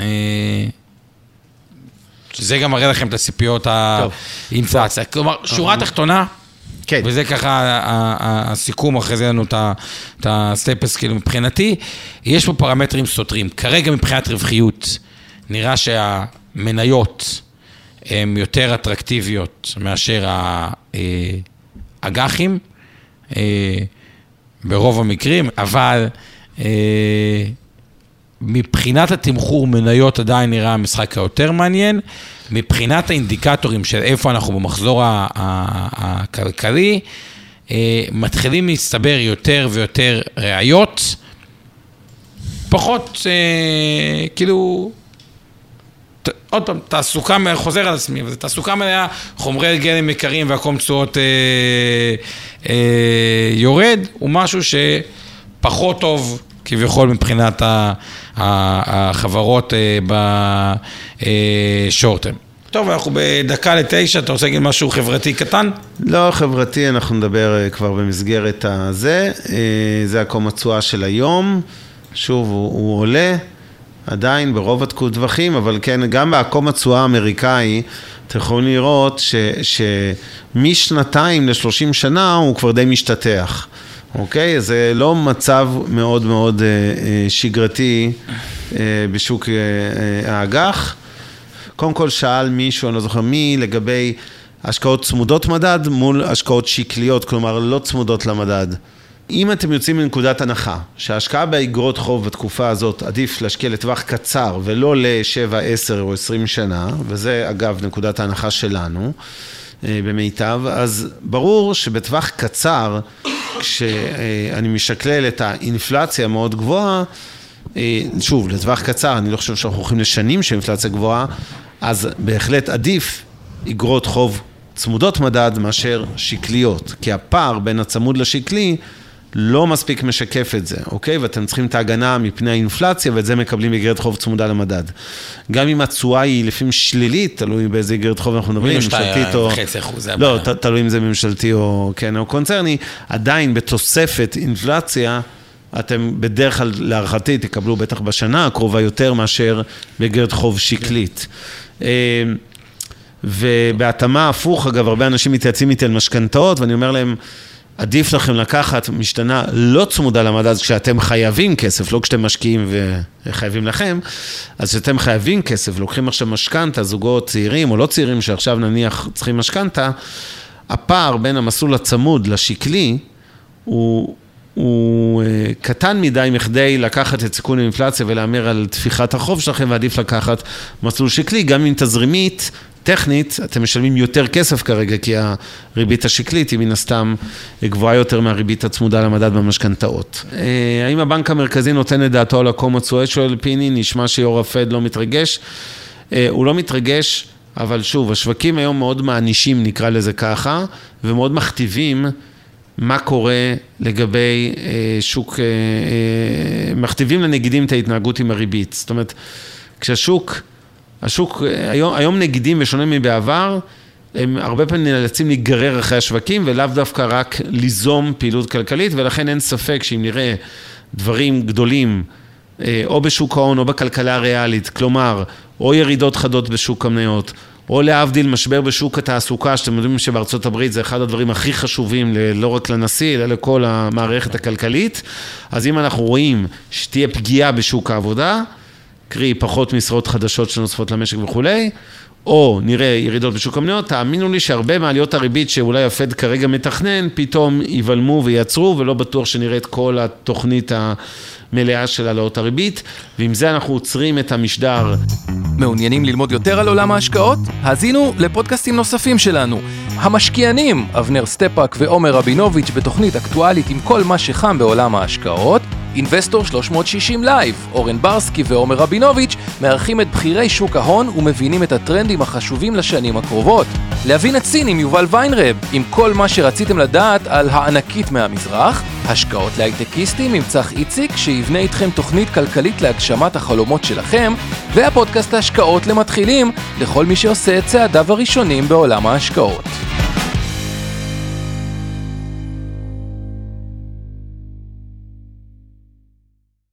זה גם מראה לכם את הציפיות האינפלציה. כלומר, שורה תחתונה, כן. וזה ככה הסיכום, אחרי זה לנו את הסטייפס, כאילו מבחינתי, יש פה פרמטרים סותרים. כרגע מבחינת רווחיות, נראה שהמניות הן יותר אטרקטיביות מאשר האג"חים, ברוב המקרים, אבל מבחינת התמחור מניות עדיין נראה המשחק היותר מעניין, מבחינת האינדיקטורים של איפה אנחנו במחזור הכלכלי, מתחילים להסתבר יותר ויותר ראיות, פחות, כאילו, עוד פעם, תעסוקה, חוזר על עצמי, אבל זה תעסוקה מלאה, חומרי גלם יקרים והקום תשואות יורד, הוא משהו שפחות טוב, כביכול מבחינת החברות בשורטם. טוב, אנחנו בדקה לתשע, אתה רוצה להגיד משהו חברתי קטן? לא חברתי, אנחנו נדבר כבר במסגרת הזה. זה הקום התשואה של היום. שוב, הוא, הוא עולה עדיין ברוב הטווחים, אבל כן, גם בהקום התשואה האמריקאי, אתם יכולים לראות ש, שמשנתיים לשלושים שנה הוא כבר די משתתח. אוקיי? זה לא מצב מאוד מאוד שגרתי בשוק האג"ח. קודם כל שאל מישהו, אני לא זוכר מי, לגבי השקעות צמודות מדד מול השקעות שקליות, כלומר לא צמודות למדד. אם אתם יוצאים מנקודת הנחה שההשקעה באגרות חוב בתקופה הזאת עדיף להשקיע לטווח קצר ולא ל-שבע, עשר או עשרים שנה, וזה אגב נקודת ההנחה שלנו במיטב, אז ברור שבטווח קצר, כשאני משקלל את האינפלציה מאוד גבוהה, שוב, לטווח קצר, אני לא חושב שאנחנו הולכים לשנים שאינפלציה גבוהה, אז בהחלט עדיף אגרות חוב צמודות מדד מאשר שקליות, כי הפער בין הצמוד לשקלי לא מספיק משקף את זה, אוקיי? ואתם צריכים את ההגנה מפני האינפלציה, ואת זה מקבלים באגרת חוב צמודה למדד. גם אם התשואה היא לפעמים שלילית, תלוי באיזה אגרת חוב אנחנו מדברים, ממשלתית או... חצי אחוז, לא, ת, תלוי אם זה ממשלתי או, כן, או קונצרני, עדיין בתוספת אינפלציה, אתם בדרך כלל להערכתי תקבלו בטח בשנה הקרובה יותר מאשר באגרת חוב שקלית. ובהתאמה הפוך, אגב, הרבה אנשים מתייעצים איתי על משכנתאות, ואני אומר להם, עדיף לכם לקחת משתנה לא צמודה למדד כשאתם חייבים כסף, לא כשאתם משקיעים וחייבים לכם, אז כשאתם חייבים כסף, לוקחים עכשיו משכנתה, זוגות צעירים או לא צעירים שעכשיו נניח צריכים משכנתה, הפער בין המסלול הצמוד לשקלי הוא, הוא קטן מדי מכדי לקחת את סיכון האינפלציה ולאמר על תפיחת החוב שלכם, ועדיף לקחת מסלול שקלי, גם אם תזרימית, טכנית, אתם משלמים יותר כסף כרגע, כי הריבית השקלית היא מן הסתם גבוהה יותר מהריבית הצמודה למדד במשכנתאות. האם הבנק המרכזי נותן את דעתו על הקום התשואה? שואל פיני, נשמע שיו"ר הפד לא מתרגש. הוא לא מתרגש, אבל שוב, השווקים היום מאוד מענישים, נקרא לזה ככה, ומאוד מכתיבים מה קורה לגבי שוק, מכתיבים לנגידים את ההתנהגות עם הריבית. זאת אומרת, כשהשוק... השוק, היום, היום נגידים ושונה מבעבר, הם הרבה פעמים נאלצים להיגרר אחרי השווקים, ולאו דווקא רק ליזום פעילות כלכלית, ולכן אין ספק שאם נראה דברים גדולים, או בשוק ההון או בכלכלה הריאלית, כלומר, או ירידות חדות בשוק המניות, או להבדיל משבר בשוק התעסוקה, שאתם יודעים שבארצות הברית זה אחד הדברים הכי חשובים, לא רק לנשיא, אלא לכל המערכת הכלכלית, אז אם אנחנו רואים שתהיה פגיעה בשוק העבודה, קרי פחות משרות חדשות שנוספות למשק וכולי, או נראה ירידות בשוק המניות, תאמינו לי שהרבה מעליות הריבית שאולי הפד כרגע מתכנן, פתאום יבלמו ויצרו, ולא בטוח שנראה את כל התוכנית המלאה של העלאות הריבית, ועם זה אנחנו עוצרים את המשדר. מעוניינים ללמוד יותר על עולם ההשקעות? האזינו לפודקאסטים נוספים שלנו. המשקיענים, אבנר סטפאק ועומר רבינוביץ' בתוכנית אקטואלית עם כל מה שחם בעולם ההשקעות. אינבסטור שלוש מאות שישים לייב, אורן ברסקי ועומר רבינוביץ' מארחים את בחירי שוק ההון ומבינים את הטרנדים החשובים לשנים הקרובות. להבין את סין עם יובל ויינרב, עם כל מה שרציתם לדעת על הענקית מהמזרח. השקעות להייטקיסטים עם צח איציק, שיבנה איתכם תוכנית כלכלית להגשמת החלומות שלכם. והפודקאסט ההשקעות למתחילים, לכל מי שעושה את צעדיו הראשונים בעולם ההשקעות.